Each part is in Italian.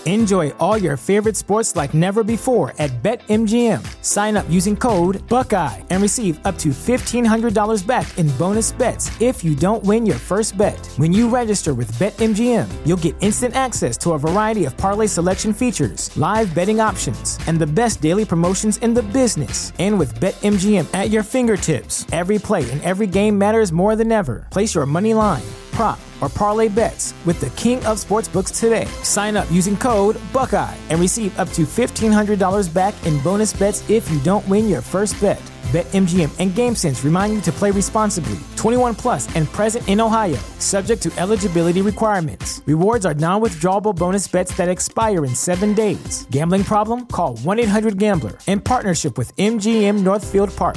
Enjoy all your favorite sports like never before at BetMGM. Sign up using code Buckeye and receive up to $1,500 back in bonus bets if you don't win your first bet. When you register with BetMGM, you'll get instant access to a variety of parlay selection features, live betting options, and the best daily promotions in the business. And with BetMGM at your fingertips, every play and every game matters more than ever. Place your money line, prop, or parlay bets with the king of sportsbooks today. Sign up using code Buckeye and receive up to $1,500 back in bonus bets if you don't win your first bet. BetMGM and GameSense remind you to play responsibly. 21 plus and present in Ohio, subject to eligibility requirements. Rewards are non-withdrawable bonus bets that expire in 7 days. Gambling problem? Call 1-800-GAMBLER. In partnership with MGM Northfield Park.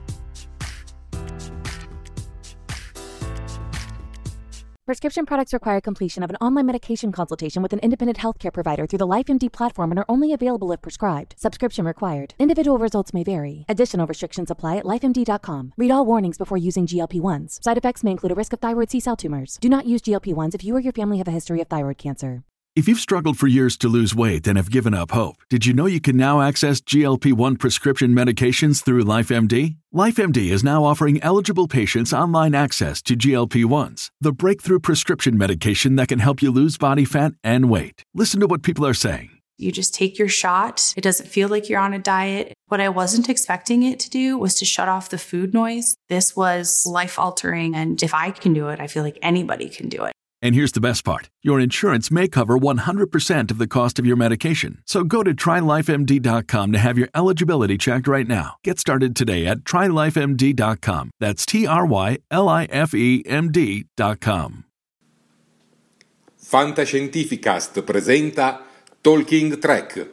Prescription products require completion of an online medication consultation with an independent healthcare provider through the LifeMD platform and are only available if prescribed. Subscription required. Individual results may vary. Additional restrictions apply at lifemd.com. Read all warnings before using GLP-1s. Side effects may include a risk of thyroid C-cell tumors. Do not use GLP-1s if you or your family have a history of thyroid cancer. If you've struggled for years to lose weight and have given up hope, did you know you can now access GLP-1 prescription medications through LifeMD? LifeMD is now offering eligible patients online access to GLP-1s, the breakthrough prescription medication that can help you lose body fat and weight. Listen to what people are saying. You just take your shot. It doesn't feel like you're on a diet. What I wasn't expecting it to do was to shut off the food noise. This was life-altering, and if I can do it, I feel like anybody can do it. And here's the best part. Your insurance may cover 100% of the cost of your medication. So go to TryLifeMD.com to have your eligibility checked right now. Get started today at TryLifeMD.com. That's TryLifeMD.com. Fantascientificast presenta Talking Trek.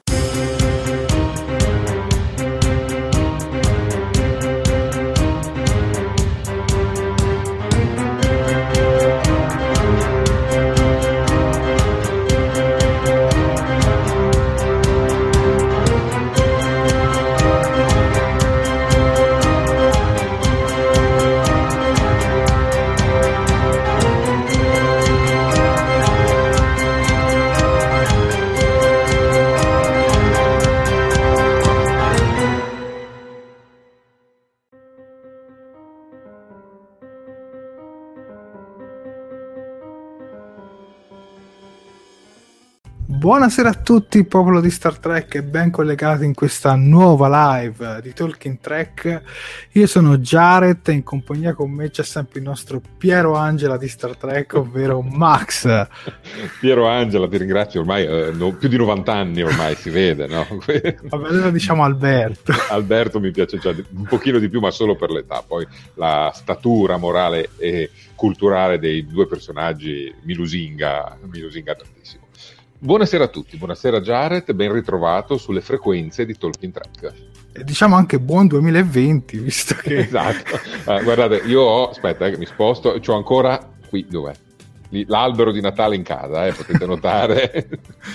Buonasera a tutti, popolo di Star Trek, e ben collegati in questa nuova live di Talking Trek. Io sono Jared e in compagnia con me c'è sempre il nostro Piero Angela di Star Trek, ovvero Max. Piero Angela, ti ringrazio, ormai più di 90 anni ormai si vede, no? Vabbè, allora diciamo Alberto. Alberto mi piace già un pochino di più, ma solo per l'età. Poi la statura morale e culturale dei due personaggi mi lusinga tantissimo. Buonasera a tutti, buonasera Jared, ben ritrovato sulle frequenze di Talking Track. E diciamo anche buon 2020, visto che... Esatto, guardate, aspetta che mi sposto, c'ho ancora, qui, dov'è? Lì, l'albero di Natale in casa, potete notare.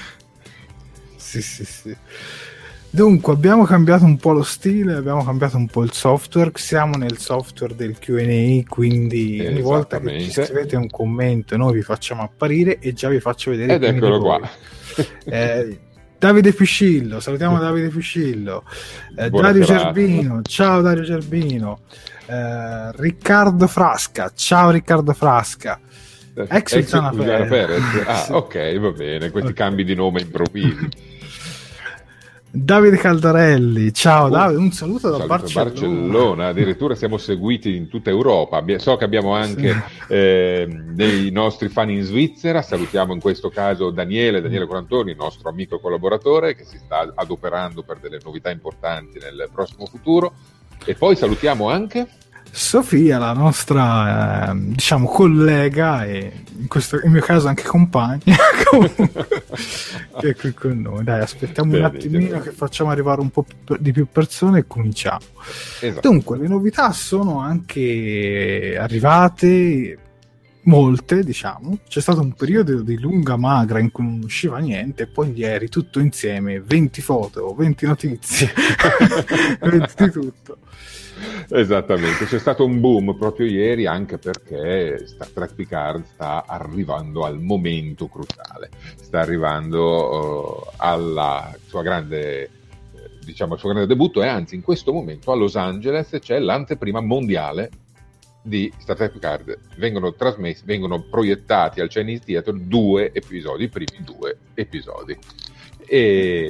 Sì. Dunque, abbiamo cambiato un po' lo stile, abbiamo cambiato un po' il software, siamo nel software del Q&A, quindi ogni volta che ci scrivete un commento noi vi facciamo apparire e già vi faccio vedere. Ed eccolo qua. Davide Piscillo, salutiamo Davide Piscillo, Dario Cerbino, ciao Dario Cerbino, Riccardo Frasca, ciao Riccardo Frasca. Ex Luciana Perez. Ah, ok, va bene, questi cambi di nome improvvisi. Davide Caldarelli, ciao Davide, un saluto da Barcellona. Addirittura siamo seguiti in tutta Europa. So che abbiamo anche dei nostri fan in Svizzera. Salutiamo in questo caso Daniele Corantoni, il nostro amico e collaboratore, che si sta adoperando per delle novità importanti nel prossimo futuro. E poi salutiamo anche Sofia, la nostra diciamo collega e in mio caso anche compagna che è qui con noi. Dai, aspettiamo un attimino che facciamo arrivare un po' di più persone e cominciamo. Esatto. Dunque, le novità sono anche arrivate, molte, diciamo. C'è stato un periodo di lunga magra in cui non usciva niente, e poi ieri tutto insieme, 20 foto, 20 notizie, 20 tutto. Esattamente, c'è stato un boom proprio ieri, anche perché Star Trek Picard sta arrivando al momento cruciale, sta arrivando alla sua grande, diciamo, al suo grande debutto, e anzi in questo momento a Los Angeles c'è l'anteprima mondiale di Star Trek Picard. Vengono proiettati al Chinese Theatre i primi 2 episodi, e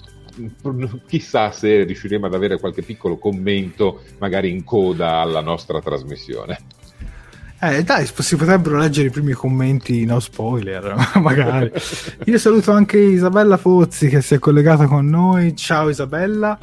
chissà se riusciremo ad avere qualche piccolo commento magari in coda alla nostra trasmissione. Dai, si potrebbero leggere i primi commenti, no spoiler, magari. Io saluto anche Isabella Pozzi che si è collegata con noi. Ciao Isabella.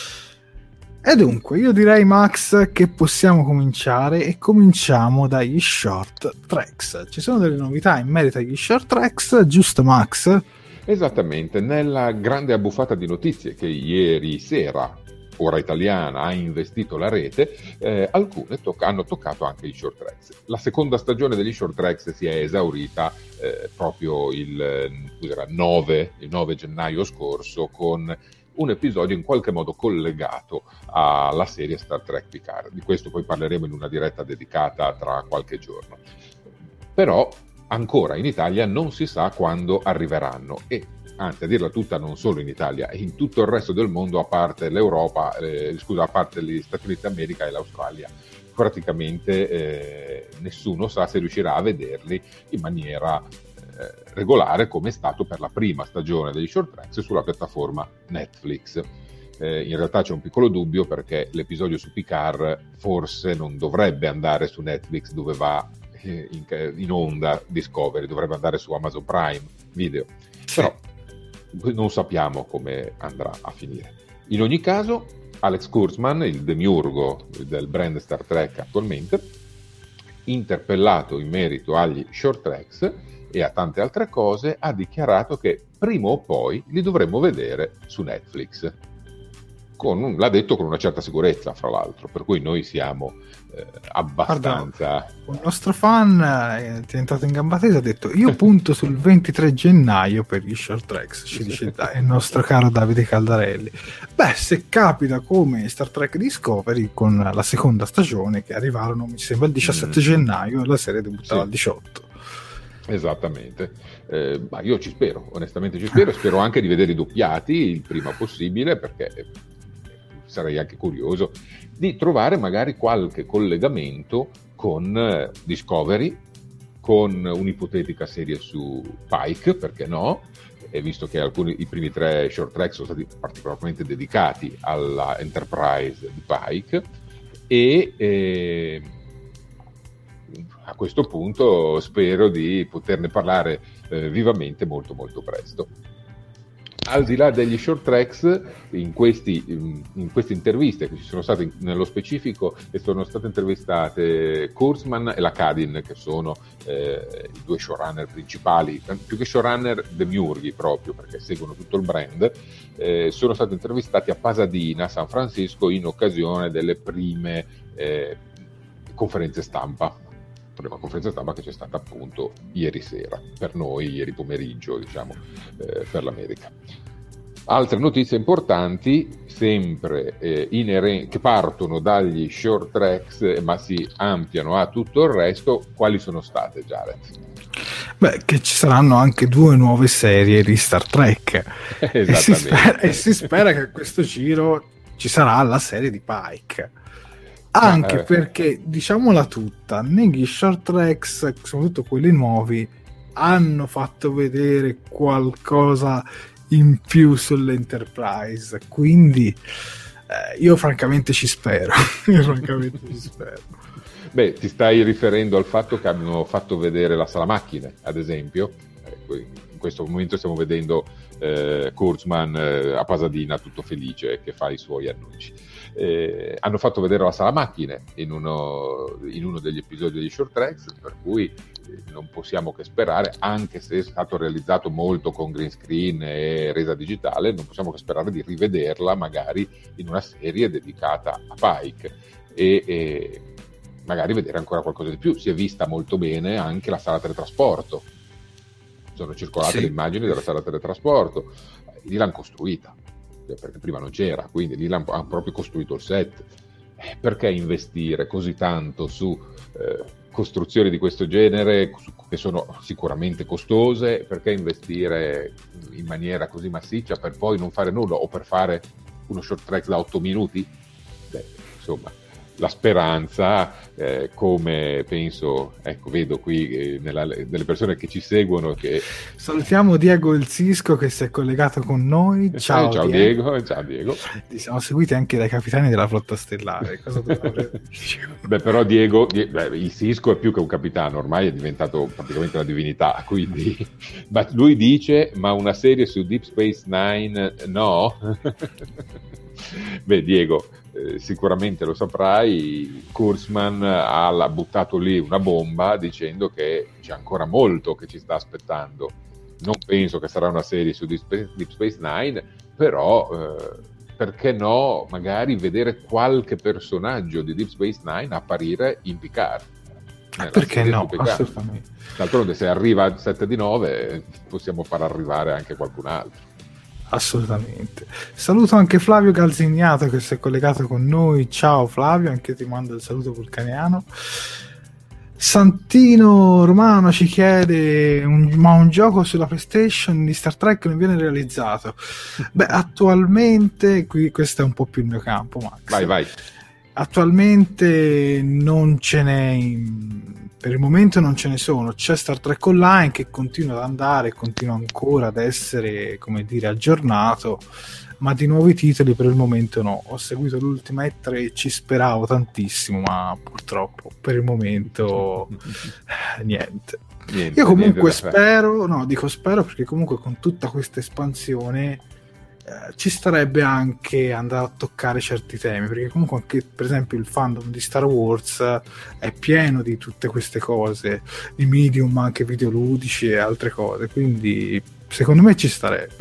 E dunque, io direi, Max, che possiamo cominciare, e cominciamo dagli short tracks. Ci sono delle novità in merito agli short tracks, giusto Max? Esattamente, nella grande abbuffata di notizie che ieri sera, ora italiana, ha investito la rete, alcune hanno toccato anche i short tracks. La seconda stagione degli short tracks si è esaurita proprio il 9 gennaio scorso, con un episodio in qualche modo collegato alla serie Star Trek Picard. Di questo poi parleremo in una diretta dedicata tra qualche giorno. Però ancora in Italia non si sa quando arriveranno, e anzi, a dirla tutta, non solo in Italia, in tutto il resto del mondo, a parte l'Europa, a parte gli Stati Uniti d'America e l'Australia, praticamente nessuno sa se riuscirà a vederli in maniera regolare, come è stato per la prima stagione degli short tracks sulla piattaforma Netflix. In realtà c'è un piccolo dubbio, perché l'episodio su Picard forse non dovrebbe andare su Netflix, dove va in onda Discovery, dovrebbe andare su Amazon Prime Video, però non sappiamo come andrà a finire. In ogni caso, Alex Kurtzman, il demiurgo del brand Star Trek attualmente, interpellato in merito agli short tracks e a tante altre cose, ha dichiarato che prima o poi li dovremmo vedere su Netflix. L'ha detto con una certa sicurezza, fra l'altro, per cui noi siamo abbastanza... Guarda, un nostro fan è entrato in gamba tesa, ha detto: io punto sul 23 gennaio per gli short tracks, ci dice il nostro caro Davide Caldarelli. Beh, se capita come Star Trek Discovery con la seconda stagione, che arrivarono, mi sembra, il 17 gennaio, la serie debuttava il 18. Esattamente, ma io ci spero, onestamente ci spero anche di vedere doppiati il prima possibile, perché sarei anche curioso di trovare magari qualche collegamento con Discovery, con un'ipotetica serie su Pike, perché no? E visto che i primi 3 short track sono stati particolarmente dedicati alla Enterprise di Pike, e a questo punto spero di poterne parlare vivamente molto molto presto. Al di là degli short tracks, in queste interviste che ci sono state nello specifico, sono state intervistate Kurtzman e la Cadin, che sono i 2 showrunner principali, più che showrunner demiurghi proprio, perché seguono tutto il brand. Sono stati intervistati a Pasadena, San Francisco, in occasione delle prime conferenze stampa. Una conferenza stampa che c'è stata appunto ieri sera, per noi ieri pomeriggio, diciamo, per l'America. Altre notizie importanti, sempre che partono dagli short tracks, ma si ampliano a tutto il resto. Quali sono state, Jared? Beh, che ci saranno anche 2 nuove serie di Star Trek. Esattamente. E si spera che a questo giro ci sarà la serie di Pike. Anche perché, diciamola tutta, negli short tracks, soprattutto quelli nuovi, hanno fatto vedere qualcosa in più sull'Enterprise, quindi io francamente ci spero. Beh, ti stai riferendo al fatto che hanno fatto vedere la sala macchine, ad esempio? In questo momento stiamo vedendo Kurtzman a Pasadena tutto felice che fa i suoi annunci. Hanno fatto vedere la sala macchine in uno degli episodi degli short tracks, per cui non possiamo che sperare, anche se è stato realizzato molto con green screen e resa digitale, non possiamo che sperare di rivederla magari in una serie dedicata a Pike e magari vedere ancora qualcosa di più. Si è vista molto bene anche la sala teletrasporto, sono circolate le immagini della sala teletrasporto, lì l'hanno costruita perché prima non c'era, quindi lì hanno proprio costruito il set. perché investire così tanto su costruzioni di questo genere, che sono sicuramente costose? Perché investire in maniera così massiccia per poi non fare nulla, o per fare uno short track da 8 minuti? Beh, insomma, la speranza, come penso, ecco, vedo qui delle persone che ci seguono, che salutiamo Diego il Cisco che si è collegato con noi. Ciao Diego. Ciao Diego. Siamo seguiti anche dai capitani della flotta stellare. Cosa Beh, però Diego, il Cisco è più che un capitano, ormai è diventato praticamente una divinità, quindi ma lui dice: ma una serie su Deep Space Nine no? Beh, Diego, sicuramente lo saprai, Kurtzman ha buttato lì una bomba dicendo che c'è ancora molto che ci sta aspettando. Non penso che sarà una serie su Deep Space Nine, però perché no, magari vedere qualche personaggio di Deep Space Nine apparire in Picard. Perché no, assolutamente. D'altronde, se arriva al 7 di 9 possiamo far arrivare anche qualcun altro. Assolutamente. Saluto anche Flavio Calzignato che si è collegato con noi. Ciao Flavio, anche ti mando il saluto vulcaniano. Santino Romano ci chiede: ma un gioco sulla PlayStation di Star Trek non viene realizzato? Beh, attualmente questo è un po' più il mio campo, Max. Vai. Attualmente non ce n'è, per il momento non ce ne sono. C'è Star Trek Online che continua ad andare, continua ancora ad essere, come dire, aggiornato, ma di nuovi titoli per il momento no. Ho seguito l'ultima E3, ci speravo tantissimo, ma purtroppo per il momento niente. Io comunque spero perché comunque con tutta questa espansione ci starebbe anche andare a toccare certi temi, perché comunque anche per esempio il fandom di Star Wars è pieno di tutte queste cose, di medium, anche videoludici e altre cose, quindi secondo me ci starebbe.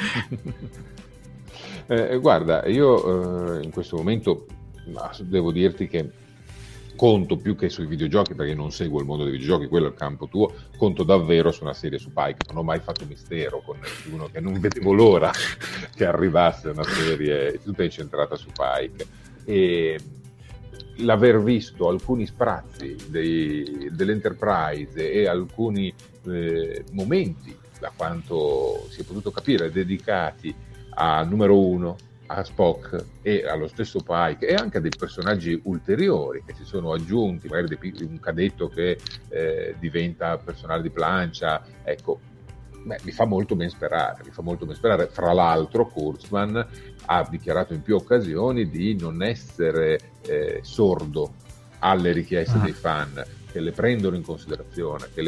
Guarda, io in questo momento devo dirti che conto più che sui videogiochi, perché non seguo il mondo dei videogiochi, quello è il campo tuo, conto davvero su una serie su Pike. Non ho mai fatto mistero con nessuno, che non vedevo l'ora che arrivasse una serie tutta incentrata su Pike, e l'aver visto alcuni sprazzi dell'Enterprise e alcuni momenti, da quanto si è potuto capire, dedicati a numero 1, a Spock e allo stesso Pike, e anche a dei personaggi ulteriori che si sono aggiunti, magari un cadetto che diventa personale di plancia, ecco, mi fa molto ben sperare. Fra l'altro Kurtzman ha dichiarato in più occasioni di non essere sordo alle richieste dei fan, che le prendono in considerazione, che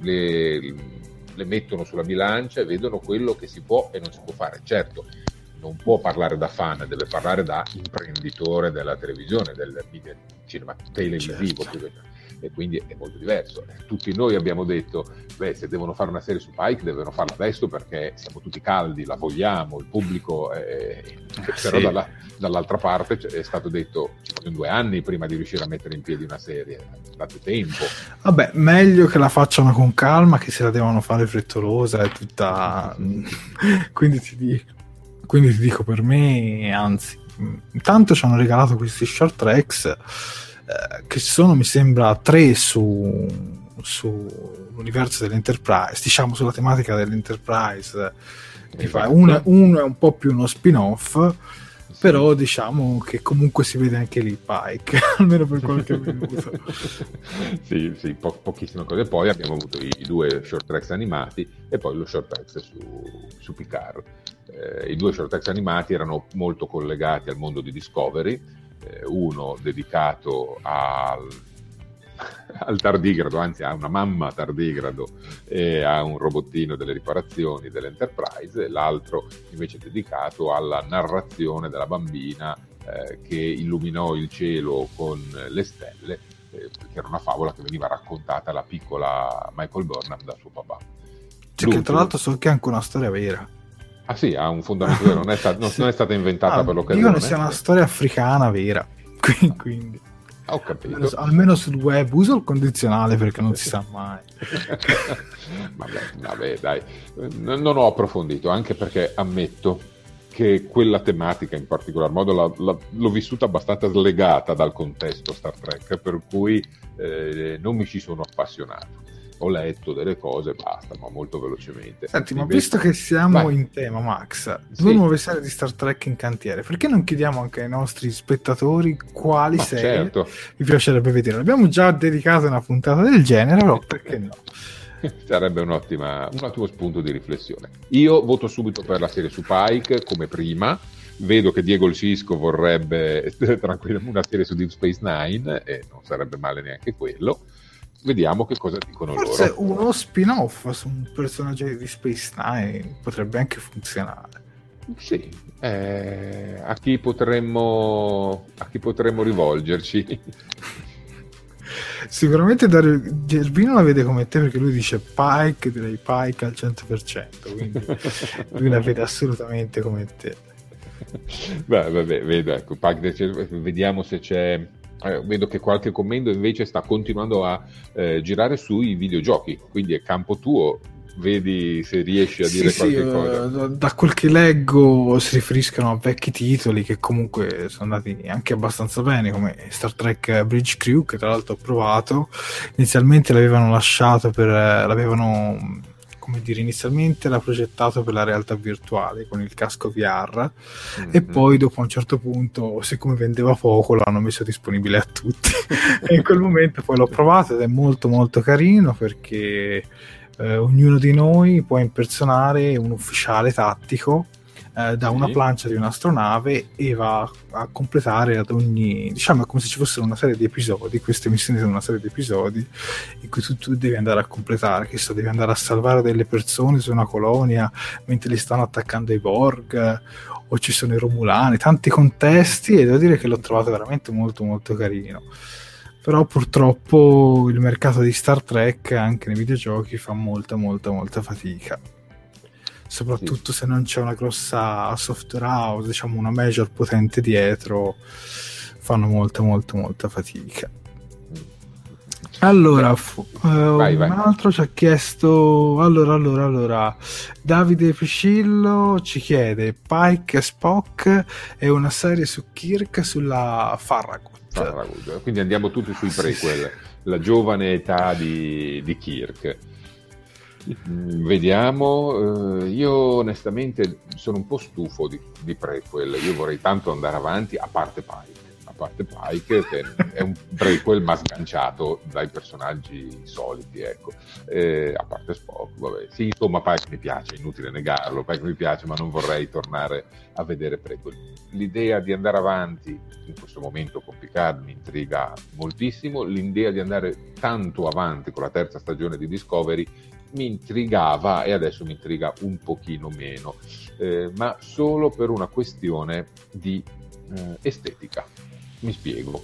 le mettono sulla bilancia e vedono quello che si può e non si può fare. Certo, non può parlare da fan, deve parlare da imprenditore della televisione, del cinema televisivo, certo. E quindi è molto diverso. Tutti noi abbiamo detto: se devono fare una serie su Pike devono farla adesso, perché siamo tutti caldi, la vogliamo, il pubblico però sì. Dall'altra parte è stato detto: ci vogliono 2 anni prima di riuscire a mettere in piedi una serie, date tempo. Vabbè, meglio che la facciano con calma, che se la devono fare frettolosa e tutta quindi ti dico, per me, anzi, intanto ci hanno regalato questi short tracks che sono, mi sembra, 3 sull'universo dell'Enterprise, diciamo sulla tematica dell'Enterprise. Uno è un po' più uno spin-off, sì. Però diciamo che comunque si vede anche lì Pike, almeno per qualche minuto. sì, pochissime cose. Poi abbiamo avuto i 2 short tracks animati e poi lo short track su Picard. I 2 short tracks animati erano molto collegati al mondo di Discovery, uno dedicato al tardigrado, anzi a una mamma tardigrado e a un robottino delle riparazioni dell'Enterprise, e l'altro invece dedicato alla narrazione della bambina che illuminò il cielo con le stelle, che era una favola che veniva raccontata alla piccola Michael Burnham da suo papà. Che tra l'altro so che è anche una storia vera. Ah sì, ha un fondamento vero, non è stata inventata per l'occasione. Dicono sia una storia africana vera, quindi ho capito. Almeno sul web, uso il condizionale perché non si sa mai. Vabbè, dai, non ho approfondito, anche perché ammetto che quella tematica in particolar modo l'ho vissuta abbastanza slegata dal contesto Star Trek, per cui non mi ci sono appassionato. Ho letto delle cose, basta, ma molto velocemente. Senti, ma visto che siamo in tema, Max, due nuove serie di Star Trek in cantiere, perché non chiediamo anche ai nostri spettatori quali serie vi piacerebbe vedere? Abbiamo già dedicato una puntata del genere, però perché no? Sarebbe un ottimo spunto di riflessione. Io voto subito per la serie su Pike, come prima. Vedo che Diego il Cisco vorrebbe tranquillamente una serie su Deep Space Nine, e non sarebbe male neanche quello. Vediamo che cosa dicono loro. Forse uno spin-off su un personaggio di Space Nine potrebbe anche funzionare. Sì, a chi potremmo rivolgerci? Sicuramente Dario Gerbino la vede come te, perché lui dice Pike, direi Pike al 100%, quindi lui la vede assolutamente come te. Vabbè, vedo, ecco, Pike, vediamo se c'è. Vedo che qualche commento invece sta continuando a girare sui videogiochi, quindi è campo tuo, vedi se riesci a dire qualche cosa. Da quel che leggo si riferiscono a vecchi titoli che comunque sono andati anche abbastanza bene, come Star Trek Bridge Crew, che tra l'altro ho provato. Inizialmente inizialmente era progettato per la realtà virtuale con il casco VR, e poi dopo a un certo punto, siccome vendeva poco, l'hanno messo disponibile a tutti e in quel momento poi l'ho provato ed è molto molto carino, perché ognuno di noi può impersonare un ufficiale tattico da una plancia di un'astronave, e va a completare ad ogni, diciamo, è come se ci fossero una serie di episodi. Queste missioni sono una serie di episodi in cui tu devi andare a completare, che so, devi andare a salvare delle persone su una colonia mentre li stanno attaccando i Borg, o ci sono i Romulani, tanti contesti, e devo dire che l'ho trovato veramente molto molto carino. Però purtroppo il mercato di Star Trek anche nei videogiochi fa molta fatica, soprattutto se non c'è una grossa software house, diciamo una major potente dietro, fanno molta fatica. Allora, un altro ci ha chiesto, allora Davide Piscillo ci chiede: Pike e Spock è una serie su Kirk sulla Farragut. Quindi andiamo tutti sui prequel, la giovane età di Kirk. Vediamo, io onestamente sono un po' stufo di prequel. Io vorrei tanto andare avanti, a parte Pike, che è un prequel ma sganciato dai personaggi soliti, ecco. A parte Spock, vabbè, sì, insomma, Pike mi piace, è inutile negarlo, Pike mi piace, ma non vorrei tornare a vedere prequel. L'idea di andare avanti in questo momento con Picard mi intriga moltissimo, l'idea di andare tanto avanti con la terza stagione di Discovery mi intrigava, e adesso mi intriga un pochino meno, ma solo per una questione di estetica. Mi spiego.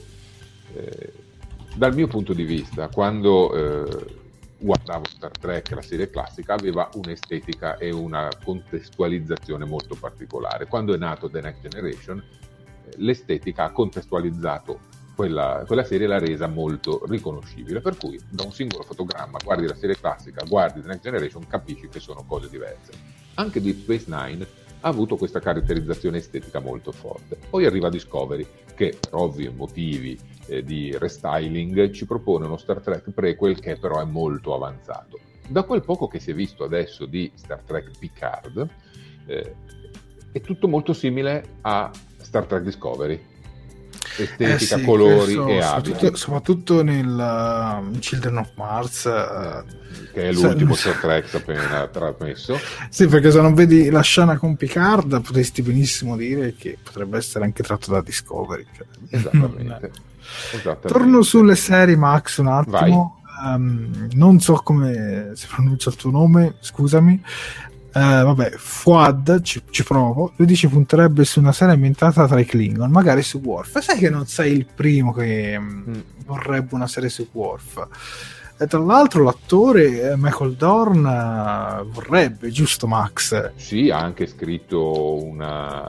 Dal mio punto di vista, quando guardavo Star Trek, la serie classica, aveva un'estetica e una contestualizzazione molto particolare. Quando è nato The Next Generation, l'estetica ha contestualizzato quella serie, l'ha resa molto riconoscibile, per cui da un singolo fotogramma guardi la serie classica, guardi The Next Generation, capisci che sono cose diverse. Anche Deep Space Nine ha avuto questa caratterizzazione estetica molto forte. Poi arriva Discovery, che per ovvi motivi di restyling ci propone uno Star Trek prequel che però è molto avanzato. Da quel poco che si è visto adesso di Star Trek Picard, è tutto molto simile a Star Trek Discovery. Estetica, colori e abiti, soprattutto nel Children of Mars, che è l'ultimo Star Trek appena trasmesso. Sì, perché se non vedi la scena con Picard potresti benissimo dire che potrebbe essere anche tratto da Discovery. Esattamente. Torno sulle serie, Max, un attimo. Non so come si pronuncia il tuo nome, scusami. Vabbè, Fuad ci provo. Lui dice punterebbe su una serie ambientata tra i Klingon, magari su Worf. Sai che non sei il primo che vorrebbe una serie su Worf. E tra l'altro l'attore Michael Dorn vorrebbe, giusto Max? Sì, ha anche scritto un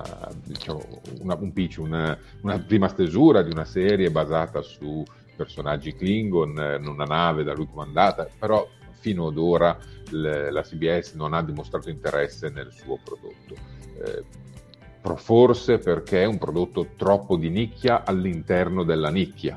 pitch, una prima stesura di una serie basata su personaggi Klingon in una nave da lui comandata, però fino ad ora la CBS non ha dimostrato interesse nel suo prodotto. forse perché è un prodotto troppo di nicchia all'interno della nicchia.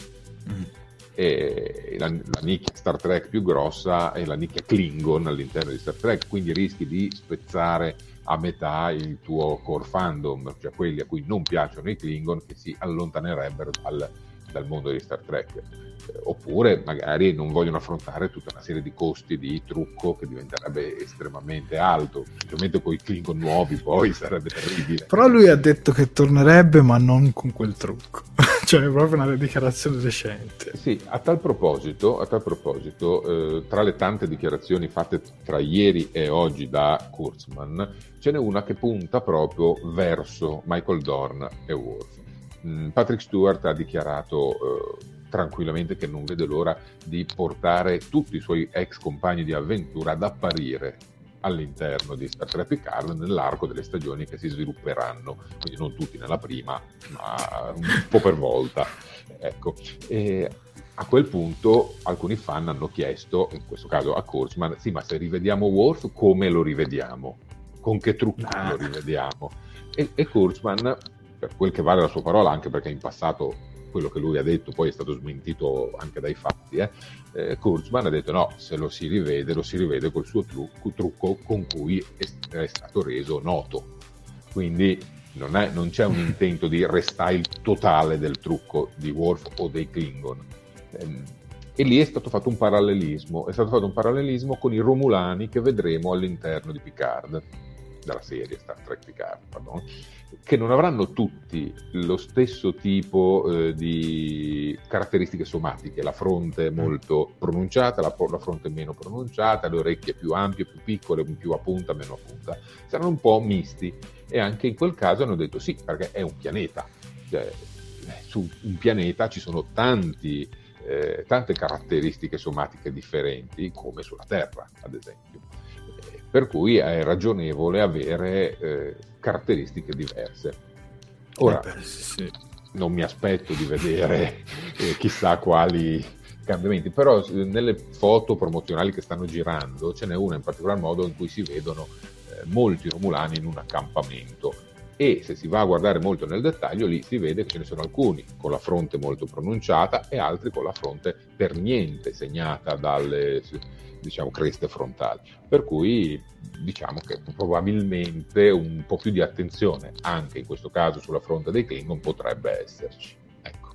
E la nicchia Star Trek più grossa è la nicchia Klingon all'interno di Star Trek, quindi rischi di spezzare a metà il tuo core fandom, cioè quelli a cui non piacciono i Klingon, che si allontanerebbero dal mondo di Star Trek. Oppure magari non vogliono affrontare tutta una serie di costi di trucco che diventerebbe estremamente alto, specialmente con i Klingon nuovi, poi sarebbe terribile. Però lui ha detto che tornerebbe, ma non con quel trucco. Cioè è proprio una dichiarazione recente. Sì, a tal proposito, tra le tante dichiarazioni fatte tra ieri e oggi da Kurtzman, ce n'è una che punta proprio verso Michael Dorn e Worf. Patrick Stewart ha dichiarato tranquillamente che non vede l'ora di portare tutti i suoi ex compagni di avventura ad apparire all'interno di Star Trek Picard nell'arco delle stagioni che si svilupperanno, quindi non tutti nella prima, ma un po' per volta. Ecco. E a quel punto alcuni fan hanno chiesto, in questo caso a Kurtzman, sì, ma se rivediamo Worf, come lo rivediamo? Con che trucco lo rivediamo? E Kurtzman, per quel che vale la sua parola, anche perché in passato quello che lui ha detto poi è stato smentito anche dai fatti, Kurtzman ha detto no, se lo si rivede col suo trucco con cui è stato reso noto, quindi non c'è un intento di restyle totale del trucco di Worf o dei Klingon. E lì è stato fatto un parallelismo con i Romulani che vedremo all'interno di Picard, della serie Star Trek Picard, pardon, che non avranno tutti lo stesso tipo di caratteristiche somatiche, la fronte molto pronunciata, la fronte meno pronunciata, le orecchie più ampie, più piccole, più a punta, meno a punta, saranno un po' misti, e anche in quel caso hanno detto sì, perché è un pianeta, cioè, su un pianeta ci sono tante caratteristiche somatiche differenti, come sulla Terra ad esempio. Per cui è ragionevole avere caratteristiche diverse. Ora, sì. Non mi aspetto di vedere chissà quali cambiamenti, però nelle foto promozionali che stanno girando ce n'è una in particolar modo in cui si vedono molti Romulani in un accampamento, e se si va a guardare molto nel dettaglio lì si vede che ce ne sono alcuni con la fronte molto pronunciata e altri con la fronte per niente segnata dalle creste frontali, per cui diciamo che probabilmente un po' più di attenzione anche in questo caso sulla fronte dei Klingon potrebbe esserci, ecco.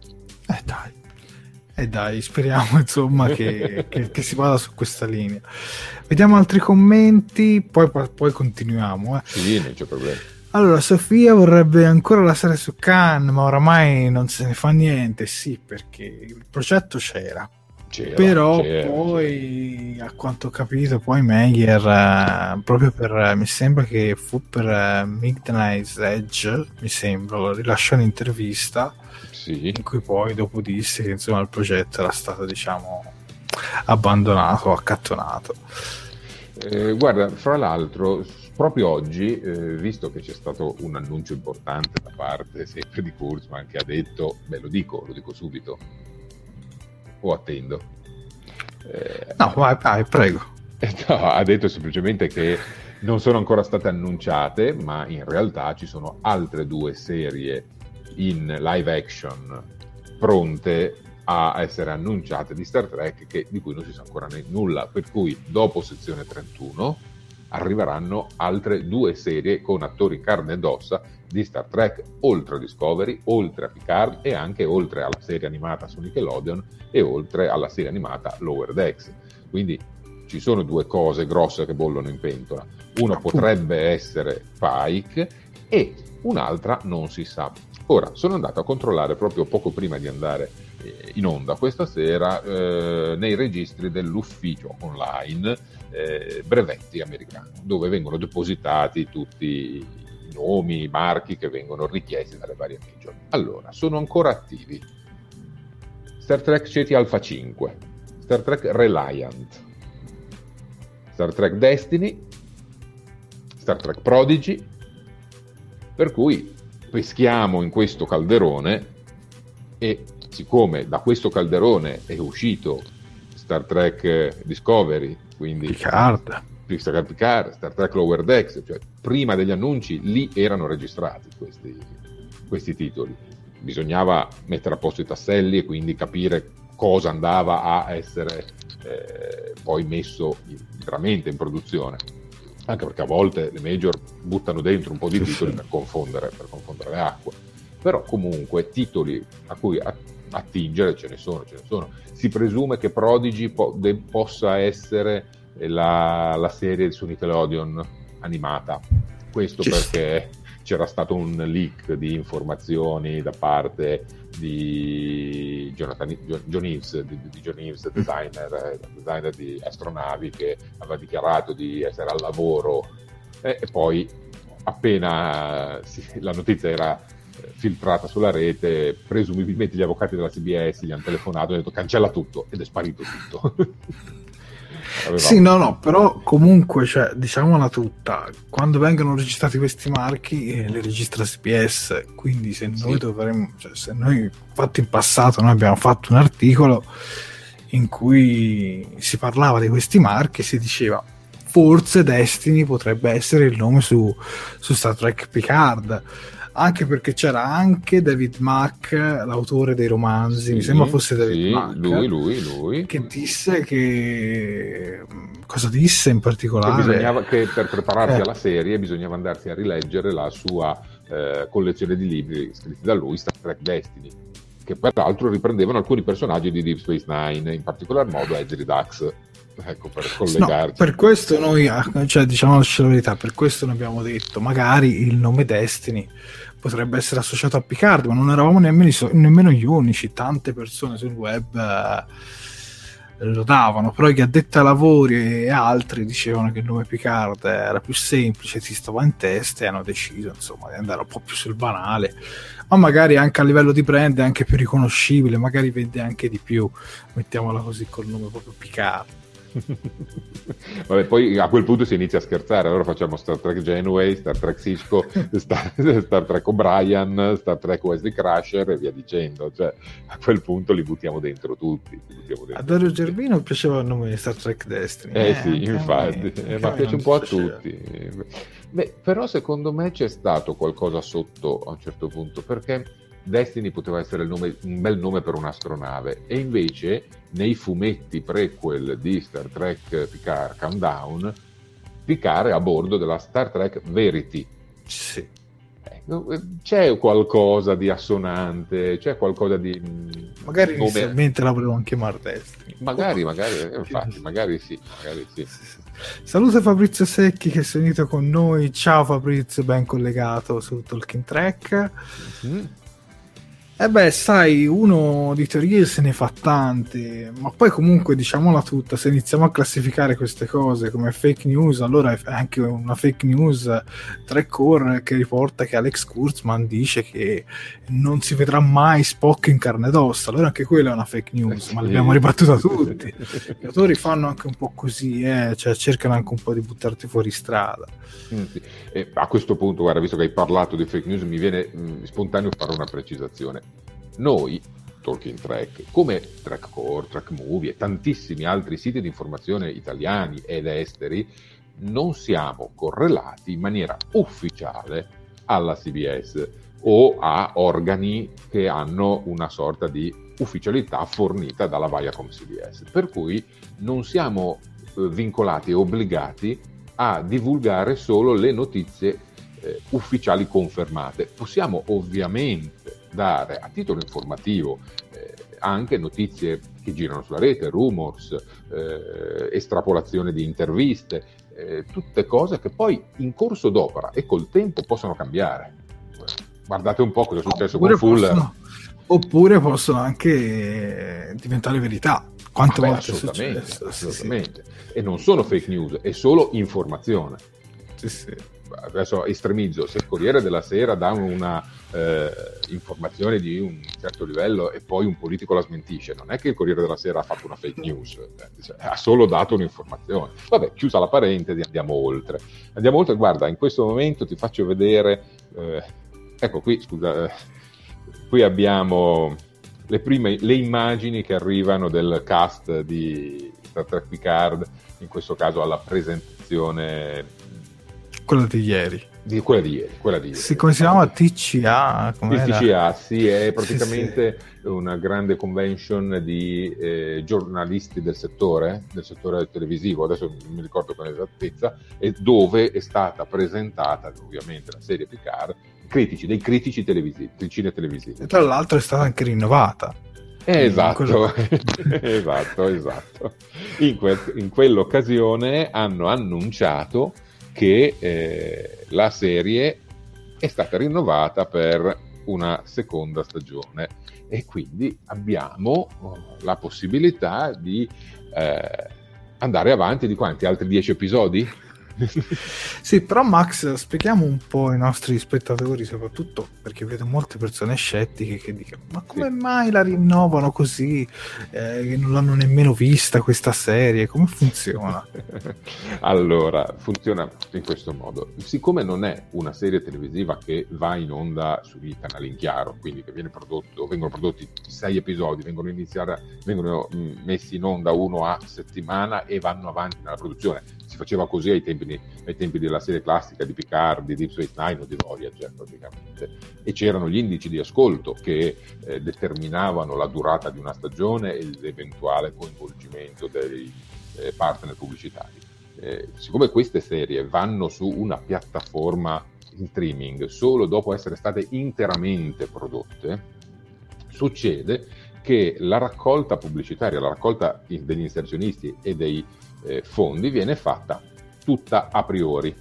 Dai, speriamo insomma che si vada su questa linea. Vediamo altri commenti, poi continuiamo. Sì, non c'è problema. Allora, Sofia vorrebbe ancora la serie su Khan, ma oramai non se ne fa niente. Sì, perché il progetto c'era. Però poi a quanto ho capito poi Meyer proprio mi sembra che fu per Midnight's Edge, mi sembra, lo rilasciò un'intervista in cui poi dopo disse che insomma il progetto era stato abbandonato, accattonato. Guarda, fra l'altro proprio oggi, visto che c'è stato un annuncio importante da parte sempre di Kurtzman che ha detto, lo dico subito, o attendo? No, vai, prego. No, ha detto semplicemente che non sono ancora state annunciate, ma in realtà ci sono altre 2 serie in live action pronte a essere annunciate di Star Trek di cui non si sa ancora nulla, per cui dopo sezione 31 arriveranno altre 2 serie con attori carne ed ossa di Star Trek, oltre a Discovery, oltre a Picard e anche oltre alla serie animata su Nickelodeon e oltre alla serie animata Lower Decks. Quindi ci sono 2 cose grosse che bollono in pentola. Una potrebbe essere Pike e un'altra non si sa. Ora, sono andato a controllare proprio poco prima di andare in onda questa sera nei registri dell'ufficio online brevetti americano, dove vengono depositati tutti i nomi, i marchi che vengono richiesti dalle varie major. Allora, sono ancora attivi Star Trek Ceti Alpha 5, Star Trek Reliant, Star Trek Destiny, Star Trek Prodigy, per cui peschiamo in questo calderone, e siccome da questo calderone è uscito Star Trek Discovery, quindi Star Trek Picard, Star Trek Lower Decks, cioè prima degli annunci lì erano registrati questi titoli. Bisognava mettere a posto i tasselli e quindi capire cosa andava a essere poi messo veramente in produzione, anche perché a volte le major buttano dentro un po' di titoli per confondere le acque, però comunque titoli a cui attingere ce ne sono. Si presume che Prodigy possa essere la serie su Nickelodeon animata, questo perché c'era stato un leak di informazioni da parte di John Eaves, designer di astronavi, che aveva dichiarato di essere al lavoro, e poi appena la notizia era filtrata sulla rete, presumibilmente gli avvocati della CBS gli hanno telefonato e hanno detto cancella tutto, ed è sparito tutto. Sì, no, però comunque, cioè, diciamola tutta, quando vengono registrati questi marchi li registra CBS, quindi se noi se noi, infatti in passato noi abbiamo fatto un articolo in cui si parlava di questi marchi e si diceva forse Destiny potrebbe essere il nome su Star Trek Picard, anche perché c'era anche David Mack, l'autore dei romanzi, mi sembra fosse David Mack, lui che disse che cosa disse in particolare? Che per prepararsi alla serie bisognava andarsi a rileggere la sua collezione di libri scritti da lui, Star Trek Destiny, che peraltro riprendevano alcuni personaggi di Deep Space Nine, in particolar modo Ezri Dax. Ecco, per collegarci. No, per questo noi, cioè, diciamo la verità, per questo noi abbiamo detto magari il nome Destiny potrebbe essere associato a Picard, ma non eravamo nemmeno gli unici, tante persone sul web lo davano, però gli addetti ai lavori e altri dicevano che il nome Picard era più semplice, si stava in testa, e hanno deciso insomma di andare un po' più sul banale, ma magari anche a livello di brand è anche più riconoscibile, magari vende anche di più, mettiamola così, col nome proprio Picard. Vabbè, poi a quel punto si inizia a scherzare, allora facciamo Star Trek Janeway, Star Trek Cisco, Star Trek O'Brien, Star Trek Wesley Crusher e via dicendo, cioè a quel punto li buttiamo dentro tutti. A Dario Gervino piaceva il nome di Star Trek Destiny. Sì, infatti, ma piace un po' a tutti. Beh, però secondo me c'è stato qualcosa sotto a un certo punto, perché Destiny poteva essere un bel nome per un'astronave, e invece nei fumetti prequel di Star Trek Picard Countdown, Picard è a bordo della Star Trek Verity. Sì. C'è qualcosa di assonante, c'è qualcosa di magari inizialmente la volevano chiamare Destiny, magari infatti magari sì. Saluta Fabrizio Secchi che si è unito con noi. Ciao Fabrizio, ben collegato su Talking Trek. Sai, uno di teorie se ne fa tante, ma poi comunque diciamola tutta, se iniziamo a classificare queste cose come fake news, allora è anche una fake news Trekcore che riporta che Alex Kurtzman dice che non si vedrà mai Spock in carne ed ossa, allora anche quella è una fake news, ma l'abbiamo ribattuta tutti. Gli autori fanno anche un po' così, cioè cercano anche un po' di buttarti fuori strada. E a questo punto, guarda, visto che hai parlato di fake news, mi viene spontaneo fare una precisazione. Noi, Talking Trek, come Trekcore, Trek Movie e tantissimi altri siti di informazione italiani ed esteri, non siamo correlati in maniera ufficiale alla CBS o a organi che hanno una sorta di ufficialità fornita dalla Viacom CBS, per cui non siamo vincolati e obbligati a divulgare solo le notizie ufficiali confermate. Possiamo ovviamente dare a titolo informativo anche notizie che girano sulla rete, rumors, estrapolazione di interviste, tutte cose che poi in corso d'opera e col tempo possono cambiare. Guardate un po' cosa è successo con Fuller. Oppure possono anche diventare verità. Quante volte è successo? Assolutamente. Sì. E non sono fake news, è solo informazione. Sì. Adesso estremizzo, se il Corriere della Sera dà una informazione di un certo livello e poi un politico la smentisce, non è che il Corriere della Sera ha fatto una fake news, ha solo dato un'informazione. Vabbè, chiusa la parentesi, andiamo oltre, guarda, in questo momento ti faccio vedere, ecco qui, scusa, qui abbiamo le immagini che arrivano del cast di Star Trek Picard, in questo caso alla presentazione versione, quella di ieri. Quella di ieri. Sì, come si chiama? TCA? Il TCA, sì, è praticamente una grande convention di giornalisti del settore televisivo, adesso non mi ricordo con esattezza, e dove è stata presentata ovviamente la serie Picard, dei critici televisivi, del cine televisivo. E tra l'altro è stata anche rinnovata. Esatto. In quell'occasione hanno annunciato che la serie è stata rinnovata per una seconda stagione e quindi abbiamo la possibilità di andare avanti di quanti? Altri 10 episodi? Sì, però Max, spieghiamo un po' ai nostri spettatori, soprattutto perché vedo molte persone scettiche che dicono: ma come mai la rinnovano così, che non l'hanno nemmeno vista questa serie, come funziona? Allora, funziona in questo modo: siccome non è una serie televisiva che va in onda sui canali in chiaro, quindi che vengono prodotti 6 episodi, vengono messi in onda uno a settimana e vanno avanti nella produzione. Si faceva così ai tempi della serie classica di Picard, di Deep Space Nine o di Voyager praticamente, e c'erano gli indici di ascolto che determinavano la durata di una stagione e l'eventuale coinvolgimento dei partner pubblicitari. Siccome queste serie vanno su una piattaforma in streaming solo dopo essere state interamente prodotte, succede che la raccolta pubblicitaria, la raccolta degli inserzionisti e dei fondi viene fatta tutta a priori.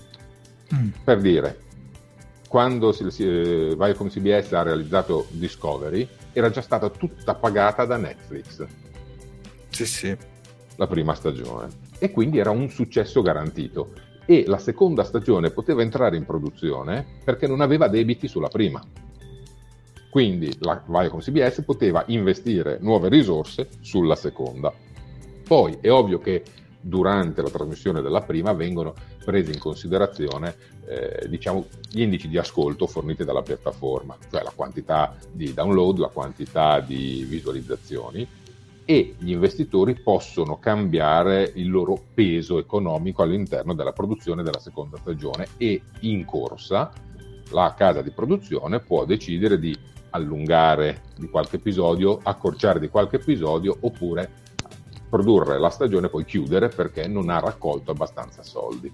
Per dire, quando Viacom CBS ha realizzato Discovery, era già stata tutta pagata da Netflix. Sì. La prima stagione, e quindi era un successo garantito, e la seconda stagione poteva entrare in produzione perché non aveva debiti sulla prima. Quindi la Viacom CBS poteva investire nuove risorse sulla seconda. Poi è ovvio che durante la trasmissione della prima vengono presi in considerazione gli indici di ascolto forniti dalla piattaforma, cioè la quantità di download, la quantità di visualizzazioni, e gli investitori possono cambiare il loro peso economico all'interno della produzione della seconda stagione, e in corsa la casa di produzione può decidere di allungare di qualche episodio, accorciare di qualche episodio, oppure produrre la stagione e poi chiudere perché non ha raccolto abbastanza soldi.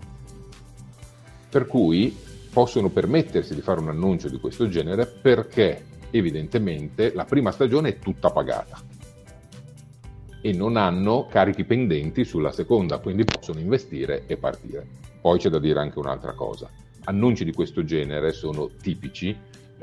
Per cui possono permettersi di fare un annuncio di questo genere perché evidentemente la prima stagione è tutta pagata e non hanno carichi pendenti sulla seconda, quindi possono investire e partire. Poi c'è da dire anche un'altra cosa: annunci di questo genere sono tipici